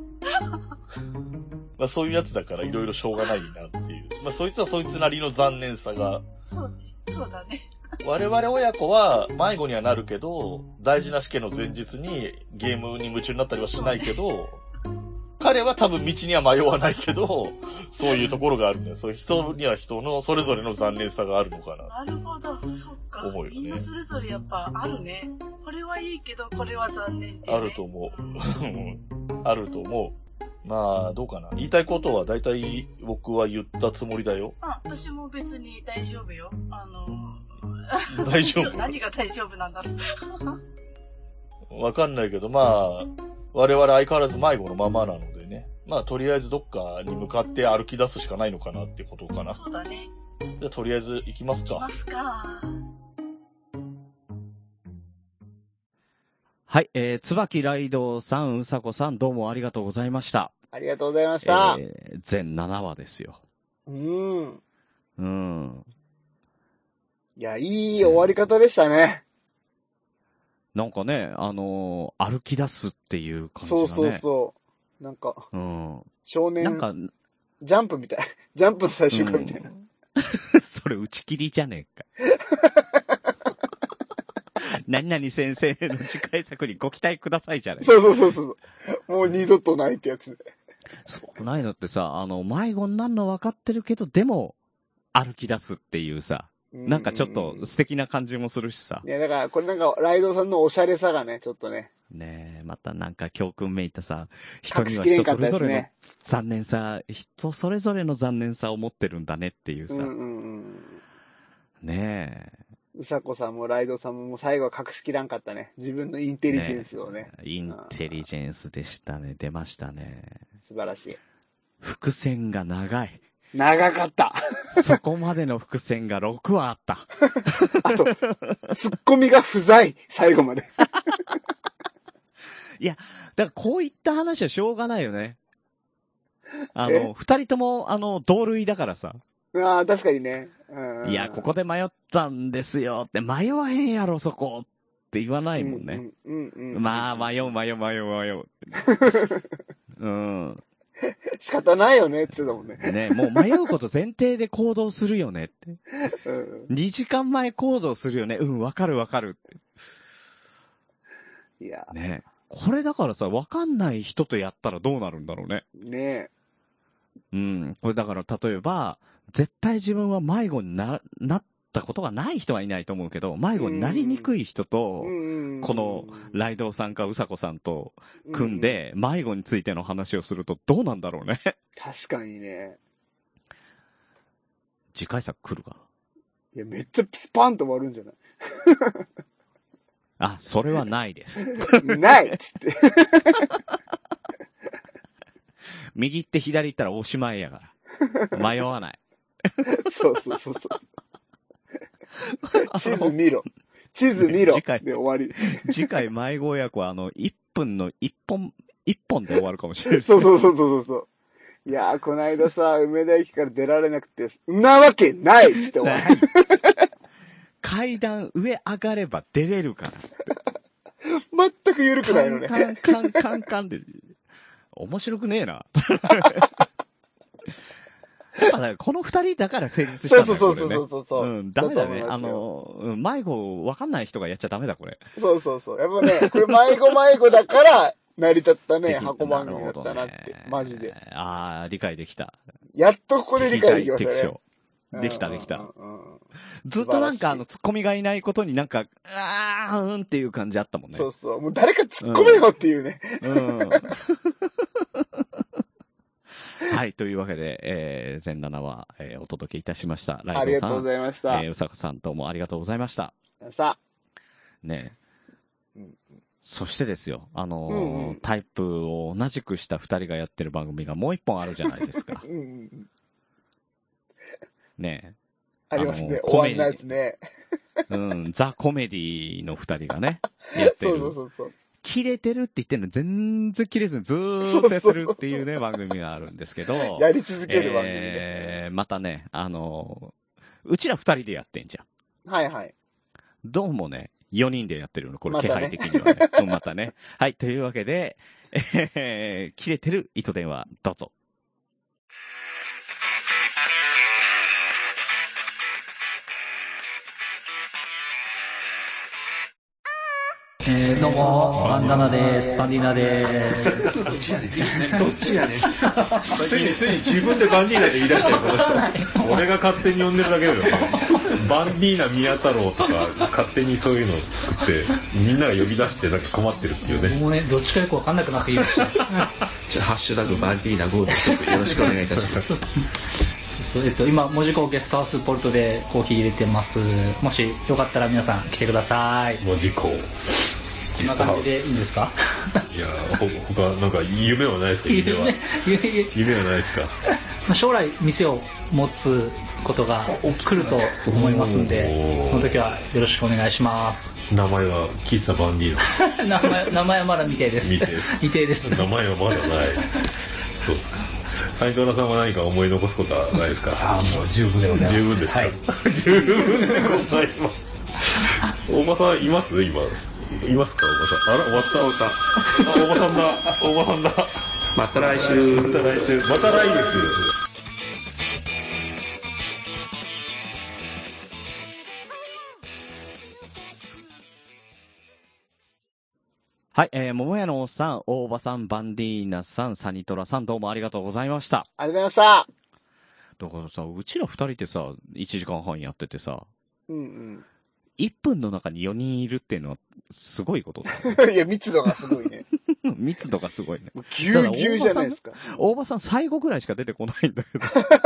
まあそういうやつだからいろいろしょうがないなっていう。まあそいつはそいつなりの残念さが。 そうね。そうだね。 我々親子は迷子にはなるけど、大事な試験の前日にゲームに夢中になったりはしないけど、彼は多分道には迷わないけど、そういうところがあるんだよ。そういう人には人のそれぞれの残念さがあるのかな。 なるほど、そっか。 思うよね。 みんなそれぞれやっぱあるね。これはいいけど、これは残念で、 ね。あると思う。あると思う。まあ、どうかな。言いたいことは大体僕は言ったつもりだよ。 私も別に大丈夫よ。 大丈夫何が大丈夫なんだろう。わかんないけど、まあ、我々相変わらず迷子のままなのでね。まあ、とりあえずどっかに向かって歩き出すしかないのかなってことかな。 そうだね。 じゃあ、とりあえず行きますか。 行きますか。 はい、椿ライドさん、うさこさん、どうもありがとうございました。 ありがとうございました。 全7話ですよ。 いや、いい終わり方でしたね。 なんかね、歩き出すっていう感じがね。 そう。なんか、少年、なんか、ジャンプみたい。ジャンプの最終回みたいな。 それ打ち切りじゃねえか。何々先生の次回作にご期待くださいじゃない。 そう。もう二度とないってやつ。 そうないのってさ、迷子になるの分かってるけど、でも、歩き出すっていうさ、なんかちょっと素敵な感じもするしさ。 いや、だから、これなんか、ライドさんのおしゃれさがね、ちょっとね。 ねえ、またなんか教訓めいたさ、人には人それぞれの残念さ、人それぞれの残念さを持ってるんだねっていうさ。ねえ。 うさこさんもライドさんも最後は隠しきらんかったね。自分のインテリジェンスをね。 インテリジェンスでしたね。出ましたね。 素晴らしい。 伏線が長い。 長かった。 そこまでの伏線が6話あった。 あと、ツッコミが不在。最後まで。 いや、だからこういった話はしょうがないよね。二人とも、同類だからさ。 ああ、確かにね。 いや、ここで迷ったんですよって、迷わへんやろ、そこって言わないもんね。まあ、迷う。 仕方ないよねって言ってたもんね。 ね、もう迷うこと前提で行動するよねって。2時間前行動するよね。わかるって。 いや。 ね、これだからさ、わかんない人とやったらどうなるんだろうね。 ねえ。これだから例えば、絶対自分は迷子になったことがない人はいないと思うけど、迷子になりにくい人と、このライドウさんかうさこさんと組んで、迷子についての話をするとどうなんだろうね。 確かにね。 次回作来るかな。 いや、めっちゃスパンと終わるんじゃない？ あ、それはないです。 ないっつって。 右行って左行ったらおしまいやから。迷わない。 そう。地図見ろ。で終わり。 次回迷子親子は1分の1本で終わるかもしれない。 そう。いやー、こないださ、梅田駅から出られなくて、んなわけないっつって終わる。 階段上上がれば出れるから。 全く緩くないのね。 カンで。面白くねえな。この二人だから成立したんだよ。 そう。 ダメだね。迷子わかんない人がやっちゃダメだ、これ。 そう。やっぱね、これ迷子だから、成り立ったね、箱番組だったなって。マジで。 ああ、理解できた。 やっとここで理解できましたね。 できた。ずっとなんかツッコミがいないことになんか、っていう感じあったもんね。 そうそう。もう誰か突っ込めよっていうね。 はい。というわけで、全7話、お届けいたしました。 ライドさん。ありがとうございました。 うさこさんどうもありがとうございました。ねえ。そしてですよ、タイプを同じくした2人がやってる番組がもう一本あるじゃないですか。ねえ。 ありますね。終わんないやつね。 ザ・コメディの2人がね、やってる。 そう。 切れてるって言ってるの全然切れずにずーっとやってるっていうね、番組があるんですけど。 やり続ける番組で。 またね、うちら2人でやってんじゃん。はいはい。 どうもね、4人でやってるの、これ気配的にはね。またね。はい、というわけで、切れてる糸電話、どうぞ。 どうも、バンダナです。バンディーナです。 どっちやねん。ついに自分でバンディーナで言い出したよ、この人。俺が勝手に呼んでるだけだよ。バンディーナ宮太郎とか、勝手にそういうのを作って、みんなが呼び出してなんか困ってるっていうね。 もうね、どっちかよくわかんなくなっていいました。 じゃあ、ハッシュタグバンディーナ5でちょっとよろしくお願いいたします。 今、門司港ゲストハウスポルトでコーヒー入れてます。もしよかったら皆さん来てください。 門司港。 こんな感じでいいんですか？ いや、他なんか夢はないですか？夢はないですか？ 将来店を持つことが来ると思いますんで、その時はよろしくお願いします。 名前は喫茶バンディーナ。名前はまだ未定です。未定です。 名前はまだない。そうですか。斉藤さんは何か思い残すことはないですか？ もう十分でございます。 十分ですか？はい、十分でございます。大場さんいます今。いますか、大場さん。あら、終わった。大場さんだ。 また来週。 また来月。 はい、桃屋のおっさん、大場さん、バンディーナさん、サニトラさん、どうもありがとうございました。 ありがとうございました。 だからさ、うちら2人ってさ、1時間半やっててさ、1分の中に4人いるっていうのはすごいことだ、 ね。いや、密度がすごいね。 密度がすごいね。 ぎゅうぎゅうじゃないですか。 大場さん最後ぐらいしか出てこないんだけど。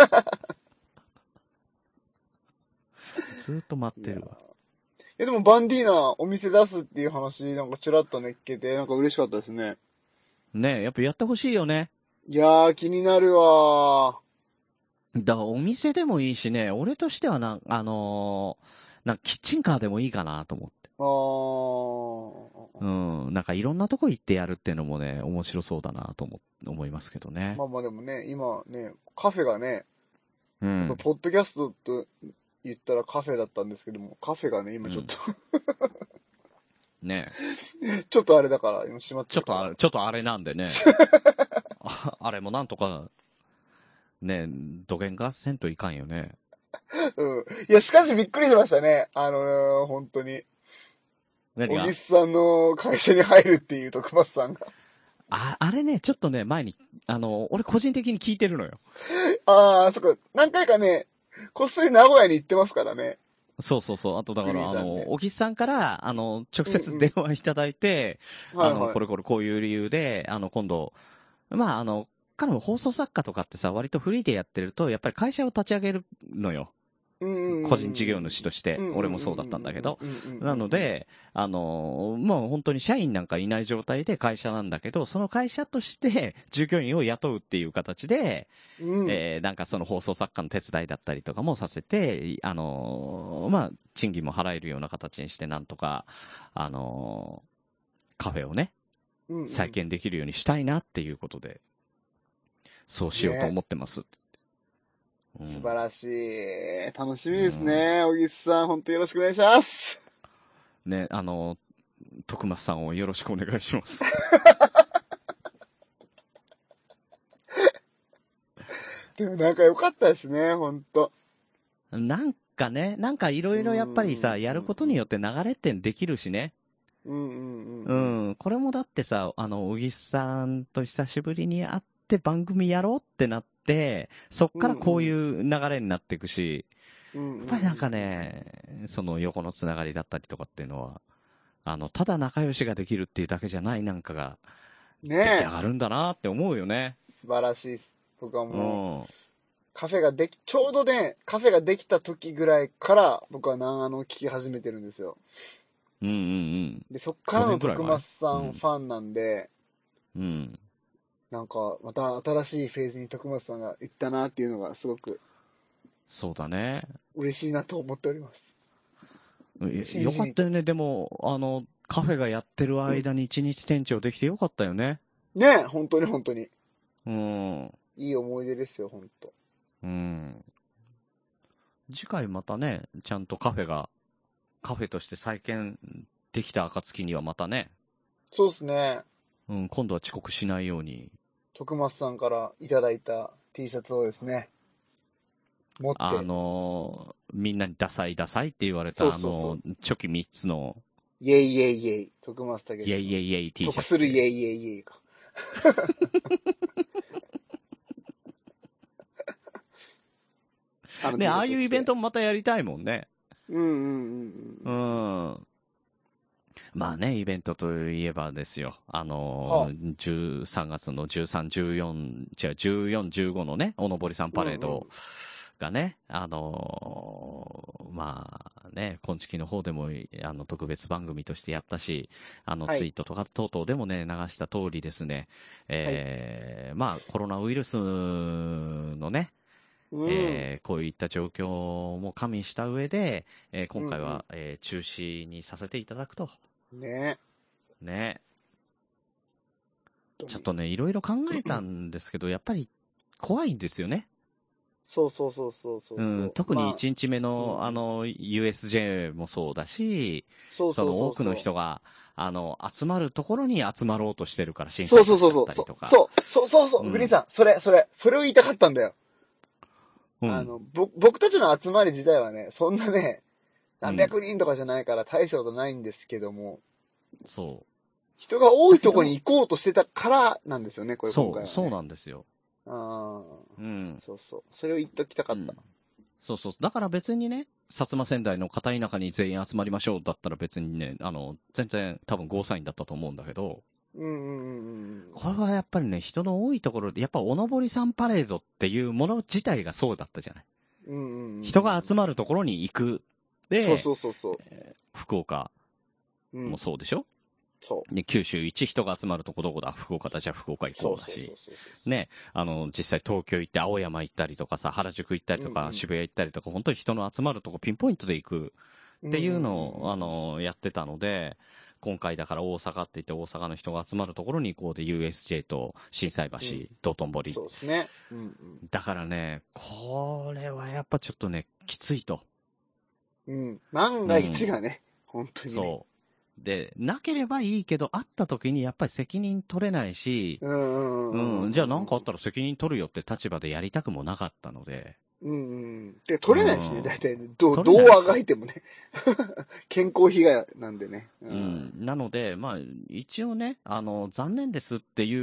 ずーっと待ってるわ。 いやでもバンディーナお店出すっていう話なんかちらっとね聞けてなんか嬉しかったですね。 ねえ、やっぱやってほしいよね。 いやー気になるわー。 だからお店でもいいしね、俺としてはなんキッチンカーでもいいかなと思って。なんかいろんなとこ行ってやるっていうのもね、面白そうだなと思いますけどね。 まあまあでもね、今ね、カフェがね、 ポッドキャストと言ったらカフェだったんですけども、カフェがね、今ちょっと、 ねちょっとあれだから、今閉まってるから。 ちょっとあれなんでね。あれもなんとか、ね、どげんかせんといかんよね。 いや、しかしびっくりしましたね。本当に。小木さんの会社に入るっていう徳松さんが。 あれね、ちょっとね、前に、俺個人的に聞いてるのよ。 そこ、何回かね、こっそり名古屋に行ってますからね。 そう。あとだから、小木さんから、直接電話いただいて、これこういう理由で、今度、まあ、彼も放送作家とかってさ、割とフリーでやってると、やっぱり会社を立ち上げるのよ。個人事業主として、俺もそうだったんだけど。なので、もう本当に社員なんかいない状態で会社なんだけど、その会社として従業員を雇うっていう形で、なんかその放送作家の手伝いだったりとかもさせて、まあ、賃金も払えるような形にして、なんとか、カフェをね、再建できるようにしたいなっていうことで、そうしようと思ってます。 素晴らしい。楽しみですね。小木さん、本当よろしくお願いします。 ね、徳松さんをよろしくお願いします。 でもなんか良かったですね、本当。 なんかね、なんかいろいろやっぱりさ、やることによって流れってできるしね。これもだってさ、小木さんと久しぶりに会って番組やろうってなって、そっからこういう流れになっていくし、 うんうん、 やっぱりなんかね、その横のつながりだったりとかっていうのは、ただ仲良しができるっていうだけじゃないなんかが、出来上がるんだなって思うよね。 素晴らしいです。僕はもう、カフェがちょうどね、カフェができた時ぐらいから僕は長野を聞き始めてるんですよ。 うんうんうん。 で、そっからの徳松さんファンなんで、 うん。 なんか、また新しいフェーズに徳松さんが行ったなっていうのがすごく、 そうだね。 嬉しいなと思っております。 よかったよね。でも、カフェがやってる間に一日店長できてよかったよね。 ねえ、本当に本当に。 うん。 いい思い出ですよ、本当。 うん。次回またね、ちゃんとカフェとして再建できた暁にはまたね。 そうですね。 うん、今度は遅刻しないように。 徳松さんからいただいた T シャツをですね、持って。 みんなにダサいって言われた、チョキ3つの。 イェイイェイイェイ。徳松武イェイイェイイェイ T シャツ。 得するイェイイェイイェイか。 ね、ああいうイベントもまたやりたいもんね。 うんうんうん。 うん。まあね、イベントといえばですよ。13月の13、14、14、15のね、おのぼりさんパレードがね、まあね、今月の方でも、特別番組としてやったし、ツイートとか等々でもね、流した通りですね、まあ、コロナウイルスのね、こういった状況も加味した上で、今回は、中止にさせていただくと。 ね。 ちょっとね、いろいろ考えたんですけど、やっぱり怖いんですよね。 そう。 特に1日目の、USJ もそうだし、その多くの人が、集まるところに集まろうとしてるから、審査員だったりとか。 そう、グリーンさん、それを言いたかったんだよ。僕たちの集まり自体はね、そんなね、何百人とかじゃないから大したことないんですけども。 そう。 人が多いとこに行こうとしてたからなんですよね、これ今回は、ね。 そうなんですよ。 そう。それを言っときたかった。 そう。だから別にね、薩摩仙台の片田舎に全員集まりましょうだったら別にね、全然多分ゴーサインだったと思うんだけど。これはやっぱりね、人の多いところで、やっぱおのぼりさんパレードっていうもの自体がそうだったじゃない。人が集まるところに行く。で、 そう。 福岡もそうでしょ、で、九州一人が集まるとこどこだ福岡だじゃあ福岡行こうだし。ね、実際東京行って青山行ったりとかさ、原宿行ったりとか、渋谷行ったりとか、本当に人の集まるとこピンポイントで行くっていうのを、やってたので、今回だから大阪って言って大阪の人が集まるところに行こうで USJ と心斎橋、道頓堀。 そうですね。 だからね、これはやっぱちょっとね、きついと。 万が一がね、本当に、ね。 そう。で、なければいいけど、あった時にやっぱり責任取れないし、じゃあ何かあったら責任取るよって立場でやりたくもなかったので。 で、取れないしね、大体ね。どうあがいてもね。健康被害なんでね。 なので、まあ、一応ね、残念ですっていう、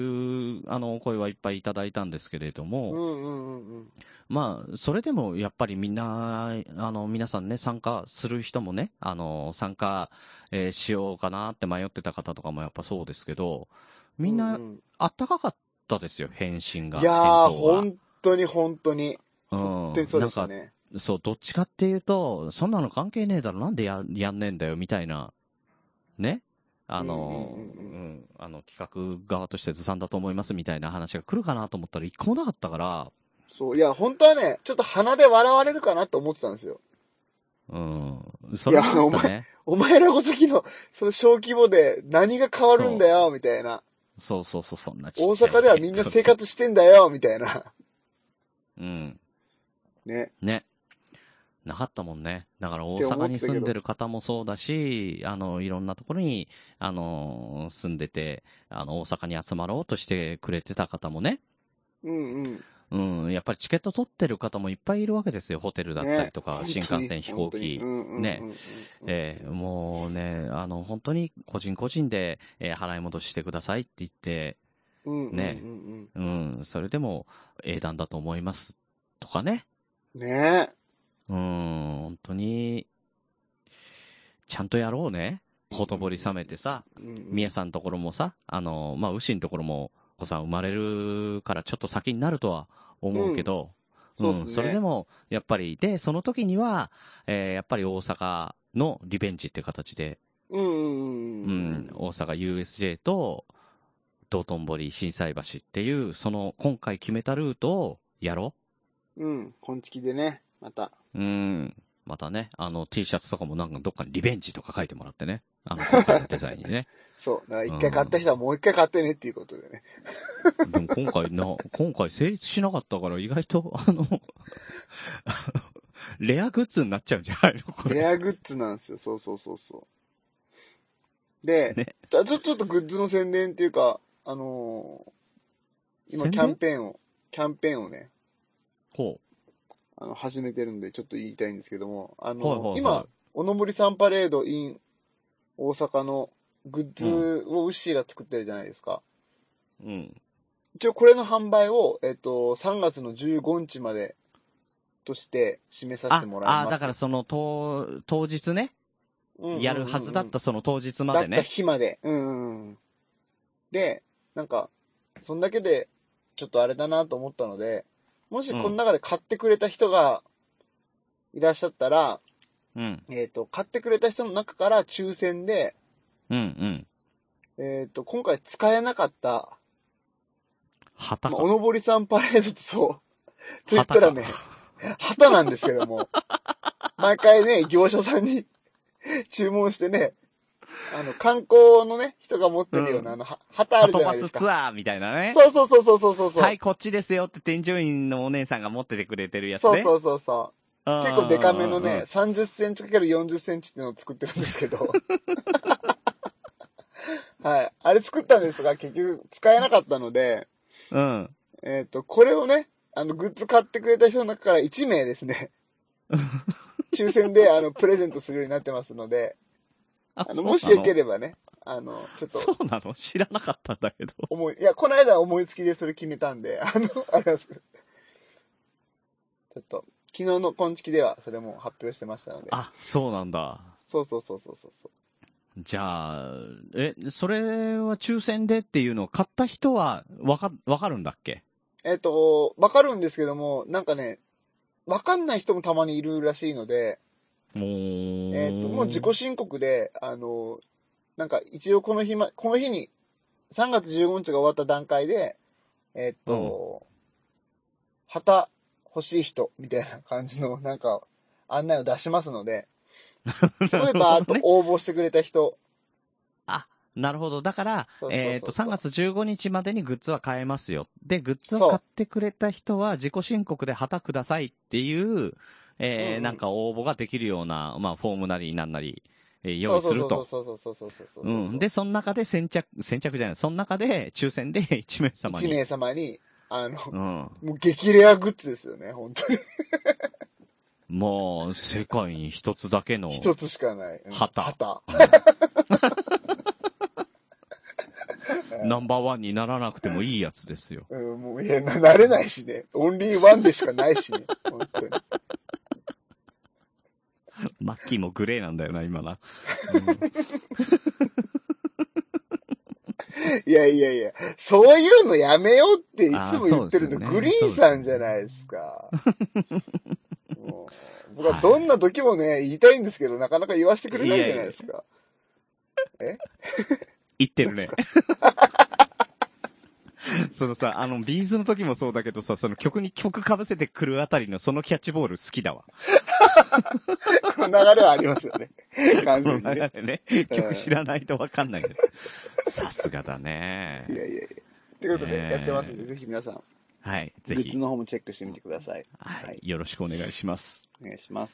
声はいっぱいいただいたんですけれども、まあ、それでもやっぱりみんな、皆さんね、参加する人もね、参加、しようかなって迷ってた方とかもやっぱそうですけど、みんな、あったかかったですよ、返信が。 いやー、本当に。本当にそうですよね。 そう、どっちかっていうと、そんなの関係ねえだろ、なんでやんねえんだよ、みたいな、ね。企画側としてずさんだと思いますみたいな話が来るかなと思ったら一個もなかったから。 そう、いや、本当はね、ちょっと鼻で笑われるかなと思ってたんですよ。 それは、ね、 お前らごときの、その小規模で何が変わるんだよ、みたいな。 そんなちっちゃい。大阪ではみんな生活してんだよ、みたいな。ね。 なかったもんね。だから大阪に住んでる方もそうだし、いろんなところに、住んでて、大阪に集まろうとしてくれてた方もね。やっぱりチケット取ってる方もいっぱいいるわけですよ。ホテルだったりとか、新幹線、飛行機。ね。もうね、本当に個人個人で、払い戻ししてくださいって言って、ね。それでも英断だと思います。とかね。 ね。 本当に、ちゃんとやろうね。ほとぼり冷めてさ、宮さんのところもさ、まあ、牛のところも、子さん生まれるからちょっと先になるとは思うけど、 そうですね。 それでも、やっぱり、で、その時には、やっぱり大阪のリベンジって形で、大阪 USJ と、道頓堀心斎橋っていう、その、今回決めたルートをやろう。こんちきでね、また。 またね、T シャツとかもなんかどっかにリベンジとか書いてもらってね。今回のデザインにね。 そう。だから一回買った人はもう一回買ってねっていうことでね。 でも今回成立しなかったから意外と、レアグッズになっちゃうんじゃないのこれ。 レアグッズなんですよ。そう。で、ね、ちょっとグッズの宣伝っていうか、今キャンペーンをね、始めてるんでちょっと言いたいんですけども、今、おのぼりさんパレード in 大阪のグッズをウッシーが作ってるじゃないですか。一応これの販売を、3月の15日までとして示させてもらいます。 だからその当日ね。やるはずだったその当日までね。 だった日まで。で、なんか、そんだけで、ちょっとあれだなと思ったので、もしこの中で買ってくれた人がいらっしゃったら、買ってくれた人の中から抽選で、今回使えなかった、 旗か。 おのぼりさんパレードとそう、と言ったらね、旗なんですけども、毎回ね、業者さんに注文してね、観光のね、人が持ってるような、旗あるじゃないですか。 ハトバスツアーみたいなね。 そう。 はい、こっちですよって添乗員のお姉さんが持っててくれてるやつね。 そう。結構デカめのね、30センチ ×40 センチっていうのを作ってるんですけど。はい。あれ作ったんですが、結局使えなかったので、これをね、グッズ買ってくれた人の中から1名ですね、抽選で、プレゼントするようになってますので、もしよければね、ちょっと。 そうなの？知らなかったんだけど。 いや、この間思いつきでそれ決めたんで、あれなんですけど。ちょっと、昨日のコンチキではそれも発表してましたので。 そうなんだ。 そう。 じゃあ、それは抽選でっていうのを買った人はわかるんだっけ？ わかるんですけども、なんかね、わかんない人もたまにいるらしいので、もう自己申告で、なんか一応この日に、3月15日が終わった段階で、旗欲しい人みたいな感じのなんか案内を出しますので、そこでバーッと応募してくれた人。 なるほど。だから、3月15日までにグッズは買えますよ。で、グッズを買ってくれた人は自己申告で旗くださいっていう、なんか応募ができるような、まあ、フォームなりなんなり、用意すると。 そう。 で、その中で先着じゃない、その中で抽選で1名様に。 1名様に、もう激レアグッズですよね、本当に。 もう、世界に一つだけの。 一つしかない。 旗。ナンバーワンにならなくてもいいやつですよ。 もう、なれないしね。オンリーワンでしかないしね。本当に。 マッキーもグレーなんだよな、今な。 いや。そういうのやめようっていつも言ってるの、グリーンさんじゃないですか。もう僕はどんな時もね、言いたいんですけど、なかなか言わせてくれないじゃないですか。 言ってるね。そのさ、ビーズの時もそうだけどさ、その曲に曲被せてくるあたりのそのキャッチボール好きだわ。 この流れはありますよね。完全にね。 この流れね。曲知らないとわかんないけど。さすがだね。 いや。ということで、やってますんで、ぜひ皆さん。 はい、ぜひ。 グッズの方もチェックしてみてください。 はい。よろしくお願いします。 お願いします。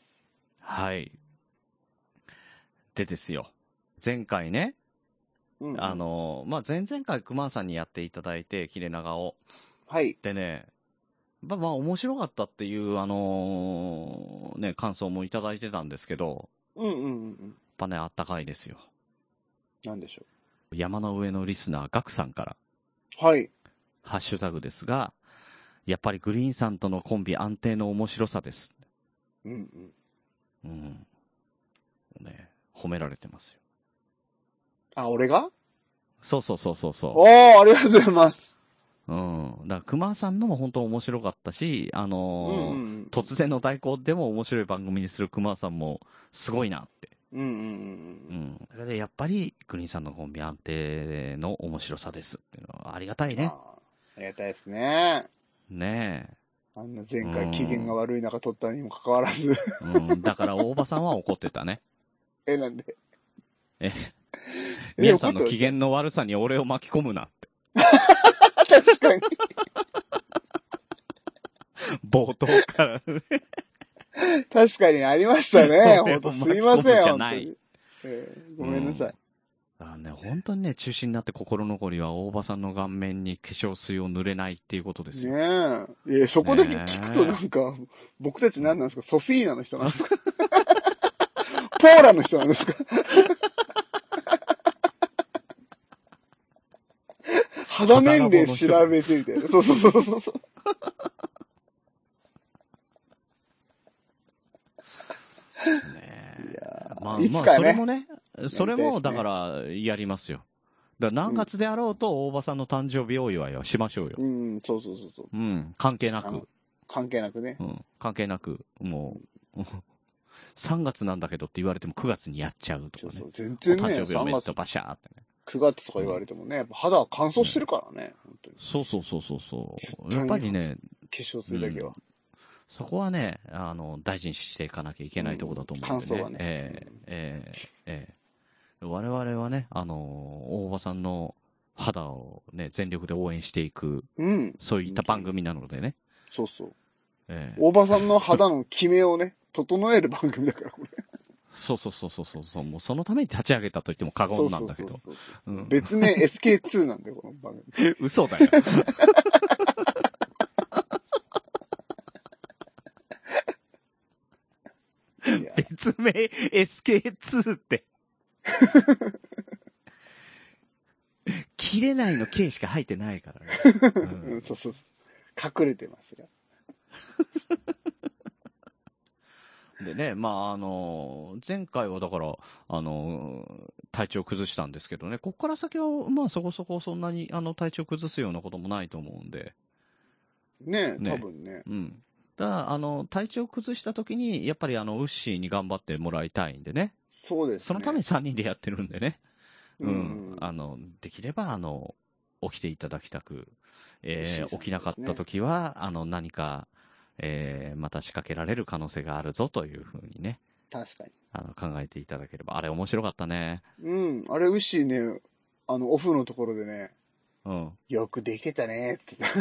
はい。でですよ。前回ね、まあ、前々回熊さんにやっていただいて、切れ長を。 はい。 でね、まあ、面白かったっていう、ね、感想もいただいてたんですけど、やっぱね、あったかいですよ。 なんでしょう。山の上のリスナー、ガクさんから。 はい。 ハッシュタグですが、やっぱりグリーンさんとのコンビ安定の面白さです。 うんうん。ね、褒められてますよ。 あ、俺が？ そうそうそうそうそう。 おー、ありがとうございます。 うん。だから熊さんのも本当面白かったし、突然の代行でも面白い番組にする熊さんもすごいなって。うん。それでやっぱりグリーンさんのコンビ安定の面白さですっていうのはありがたいね。 ありがたいですね。 ねえ。 あんな前回機嫌が悪い中撮ったにもかかわらず。 うん。だから大場さんは怒ってたね。 なんで？ 宮さんの機嫌の悪さに俺を巻き込むなって。 確かに。 冒頭からね。 確かにありましたね。本当すいません。 じゃない。 ごめんなさい。 本当にね、中心になって心残りは大場さんの顔面に化粧水を塗れないっていうことですよ。 ねえ。そこだけ聞くとなんか、僕たち何なんですか？ソフィーナの人なんですか？ポーラの人なんですか？肌年齢調べてみたいな。そう。 いつかね。それも、だから、やりますよ。だから何月であろうと、大場さんの誕生日お祝いはしましょうよ。 そう。 うん、関係なく。 関係なくね。 関係なく、もう、3月なんだけどって言われても9月にやっちゃうとかね。そう、 全然ね。 誕生日おめでとうバシャーってね。 9月とか言われてもね、やっぱ肌は乾燥してるからね。本当にそう。やっぱりね、 化粧水だけは。 そこはね、大事にしていかなきゃいけないところだと思うんでね。 乾燥はね。 我々はね、大場さんの肌をね、全力で応援していく、そういった番組なのでね。 そう。大場さんの肌のキメをね、整える番組だから、これ。そう。 もうそのために立ち上げたと言っても過言なんだけど。 別名 SK2 なんだよ、この番組。 嘘だよ。別名 SK2 って。切れないの K しか入ってないからね。 そう。隠れてますよ。 でね、前回はだから、体調崩したんですけどね、こっから先は、そこそこそんなに、体調崩すようなこともないと思うんで。 ね、多分ね。 ただ、体調崩した時に、やっぱりウッシーに頑張ってもらいたいんでね。 そうですね。 そのために3人でやってるんでね。できれば、起きていただきたく、起きなかった時は、何か、また仕掛けられる可能性があるぞというふうにね。 確かに。 考えていただければ。あれ面白かったね。 あれ、ウッシーね、オフのところでね、よくできてたね、つってた。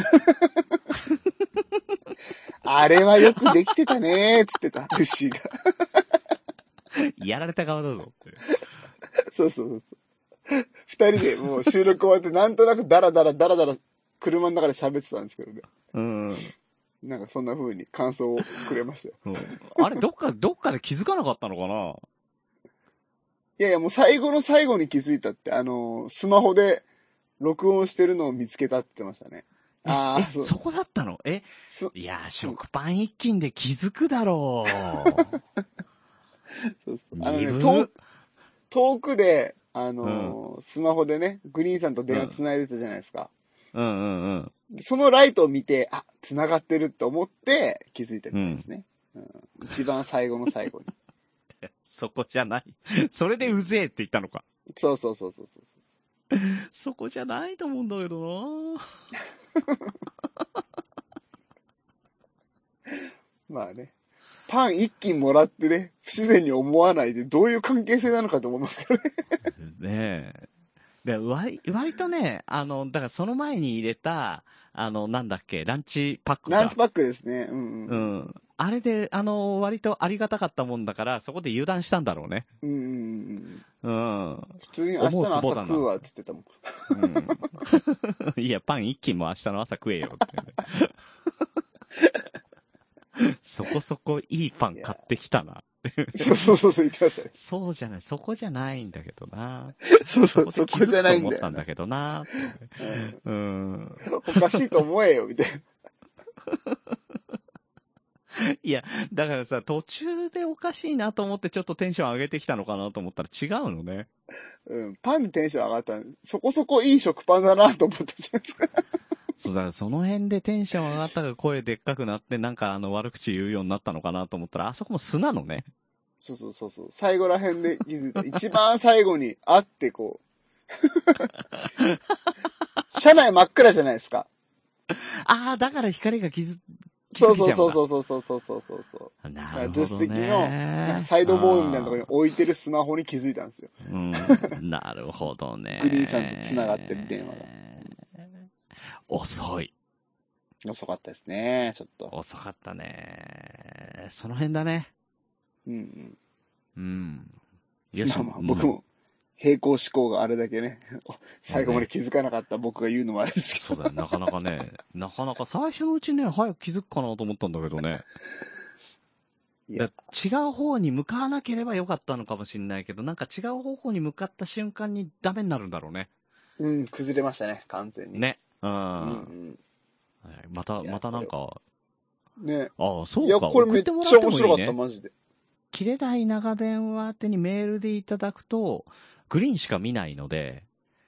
あれはよくできてたね、つってた、ウッシーが。 やられた側だぞって。 そう。二人でもう収録終わって、なんとなくダラダラ車の中で喋ってたんですけどね。なんかそんな風に感想をくれましたよ。 あれ、どっかで気づかなかったのかな？ いや、もう最後の最後に気づいたって、スマホで録音してるのを見つけたって言ってましたね。 そこだったの？いや、食パン一斤で気づくだろう。 そう。遠くで、スマホでね、グリーンさんと電話繋いでたじゃないですか。そのライトを見て、繋がってると思って気づいたみたいですね。一番最後の最後に。 そこじゃない。それでうぜえって言ったのか。 そう。 そこじゃないと思うんだけどなまあね。パン一斤もらってね、不自然に思わないで、どういう関係性なのかと思いますからね。 ねえ。で、割とね、だからその前に入れた、なんだっけ、ランチパックか。 ランチパックですね。 あれで、割とありがたかったもんだから、そこで油断したんだろうね。 普通に明日の朝食うわって言ってたもん。 いや、パン一斤も明日の朝食えよって、ね。そこそこいいパン買ってきたな。 そう、言ってましたね。 そうじゃない、そこじゃないんだけどな。 そこじゃないんだよ。 思ったんだけどな。 おかしいと思えよ、みたいな。 いや、だからさ、途中でおかしいなと思ってちょっとテンション上げてきたのかなと思ったら違うのね。 うん、パンにテンション上がった。そこそこいい食パンだなと思ったじゃないですか。 そうだからその辺でテンション上がったが声でっかくなってなんか悪口言うようになったのかなと思ったら、あそこも素なのね。 そうそうそうそう。最後ら辺で気づいた。一番最後に会ってこう。車内真っ暗じゃないですか。 ああ、だから光がそうそうそうそうそうそうそうそう。 なるほどね。 助手席のサイドボードみたいなところに置いてるスマホに気づいたんですよ。 うん。なるほどね。 グリーンさんと繋がってる電話が。 遅い。 遅かったですね、ちょっと。 遅かったね。その辺だね。 うんうん。 うん。 いや、まあ僕も平行思考があれだけね、最後まで気づかなかった僕が言うのもあれですそうだよ、なかなかね、なかなか最初のうちね、早く気づくかなと思ったんだけどね。いや、違う方に向かわなければよかったのかもしれないけど、なんか違う方向に向かった瞬間にダメになるんだろうね。 うん、崩れましたね、完全に。 ね。うん。 うん、 またなんか。 ね。 ああ、そうか。 いや、これめっちゃ面白かった、マジで。 切れない長電話宛てにメールでいただくと、グリーンしか見ないので、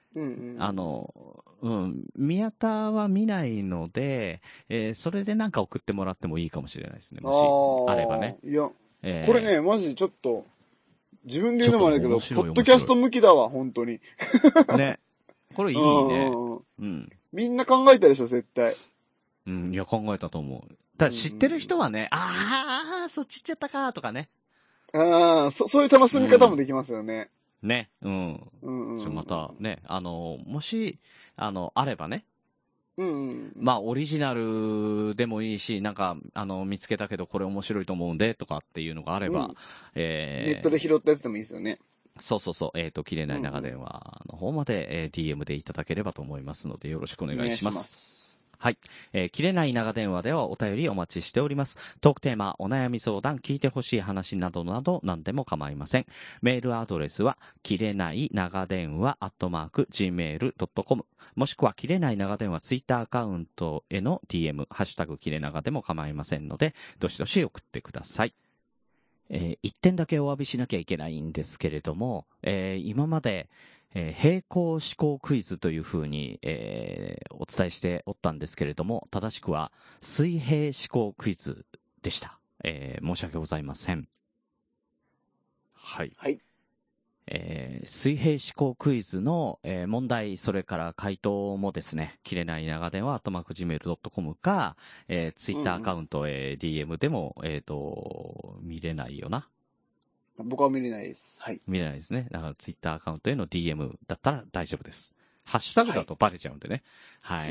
宮田は見ないので、それでなんか送ってもらってもいいかもしれないですね。もし、あればね。 いや、これね、マジちょっと、自分で言うのもあれだけど、ポッドキャスト向きだわ、本当に。 ね。これいいね。 うん。みんな考えたでしょ、絶対。 うん、いや、考えたと思う。ただ知ってる人はね、そっち行っちゃったか、とかね。 そういう楽しみ方もできますよね。 ね。うん。またね、もし、あればね。まあ、オリジナルでもいいし、なんか、見つけたけどこれ面白いと思うんで、とかっていうのがあれば、 ネットで拾ったやつでもいいですよね。 そうそうそう。切れない長電話の方まで、DM でいただければと思いますので、よろしくお願いします。はい。切れない長電話ではお便りお待ちしております。トークテーマ、お悩み相談、聞いてほしい話などなど何でも構いません。メールアドレスは、切れない長電話@gmail.com もしくは切れない長電話ツイッターアカウントへの DM、ハッシュタグ切れ長でも構いませんので、どしどし送ってください。一点だけお詫びしなきゃいけないんですけれども、今まで、平行思考クイズというふうに、お伝えしておったんですけれども、正しくは水平思考クイズでした。申し訳ございません。はい。 はい。 水平思考クイズの、問題、それから回答もですね、切れない長電話@gmail.com か、ツイッターアカウント、DM でも、見れないよな。 僕は見れないです。はい。 見れないですね。だからツイッターアカウントへの DM だったら大丈夫です。ハッシュタグだとバレちゃうんでね。はい。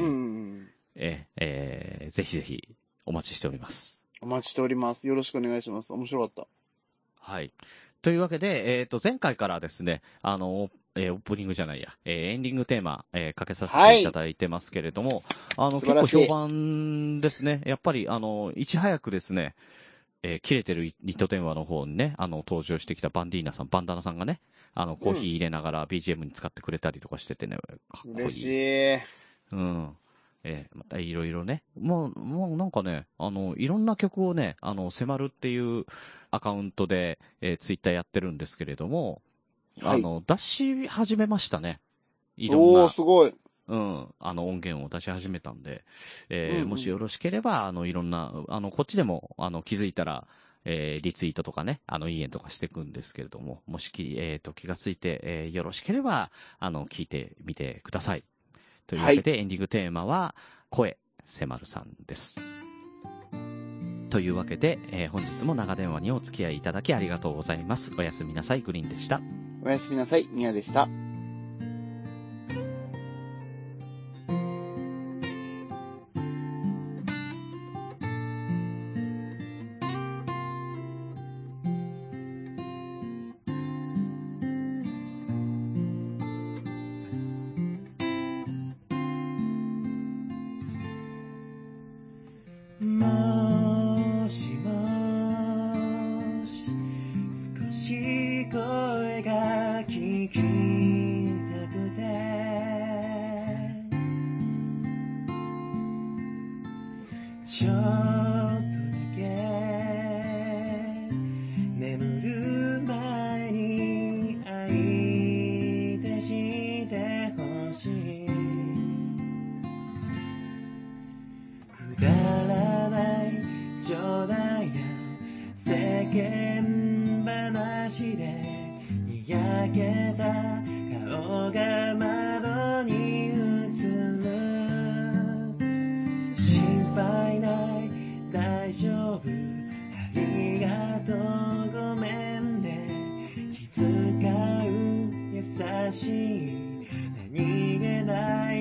ぜひぜひお待ちしております。 お待ちしております。よろしくお願いします。面白かった。 はい。というわけで、前回からですね、オープニングじゃないや、エンディングテーマ、かけさせていただいてますけれども、結構評判ですね。やっぱり、いち早くですね、切れてる糸電話の方にね、登場してきたバンダナさんがね、コーヒー入れながら BGM に使ってくれたりとかしててね、かっこいい。 嬉しい。 うん。またいろいろね、もうなんかね、いろんな曲をね、迫るっていうアカウントで、ツイッターやってるんですけれども、はい、出し始めましたね。いろんな。 すごい。 音源を出し始めたんで、もしよろしければ、いろんな、こっちでも、気づいたら、リツイートとかね、いいねとかしていくんですけれども、もし気がついて、よろしければ、聞いてみてください。というわけで、はい、エンディングテーマは、声、迫るさんです。というわけで、本日も長電話にお付き合いいただきありがとうございます。おやすみなさい、グリーンでした。 おやすみなさい、ミヤでした。 声が聞き間話でにやけた顔が窓に映る。心配ない大丈夫ありがとうごめんね気遣う優しい何気ない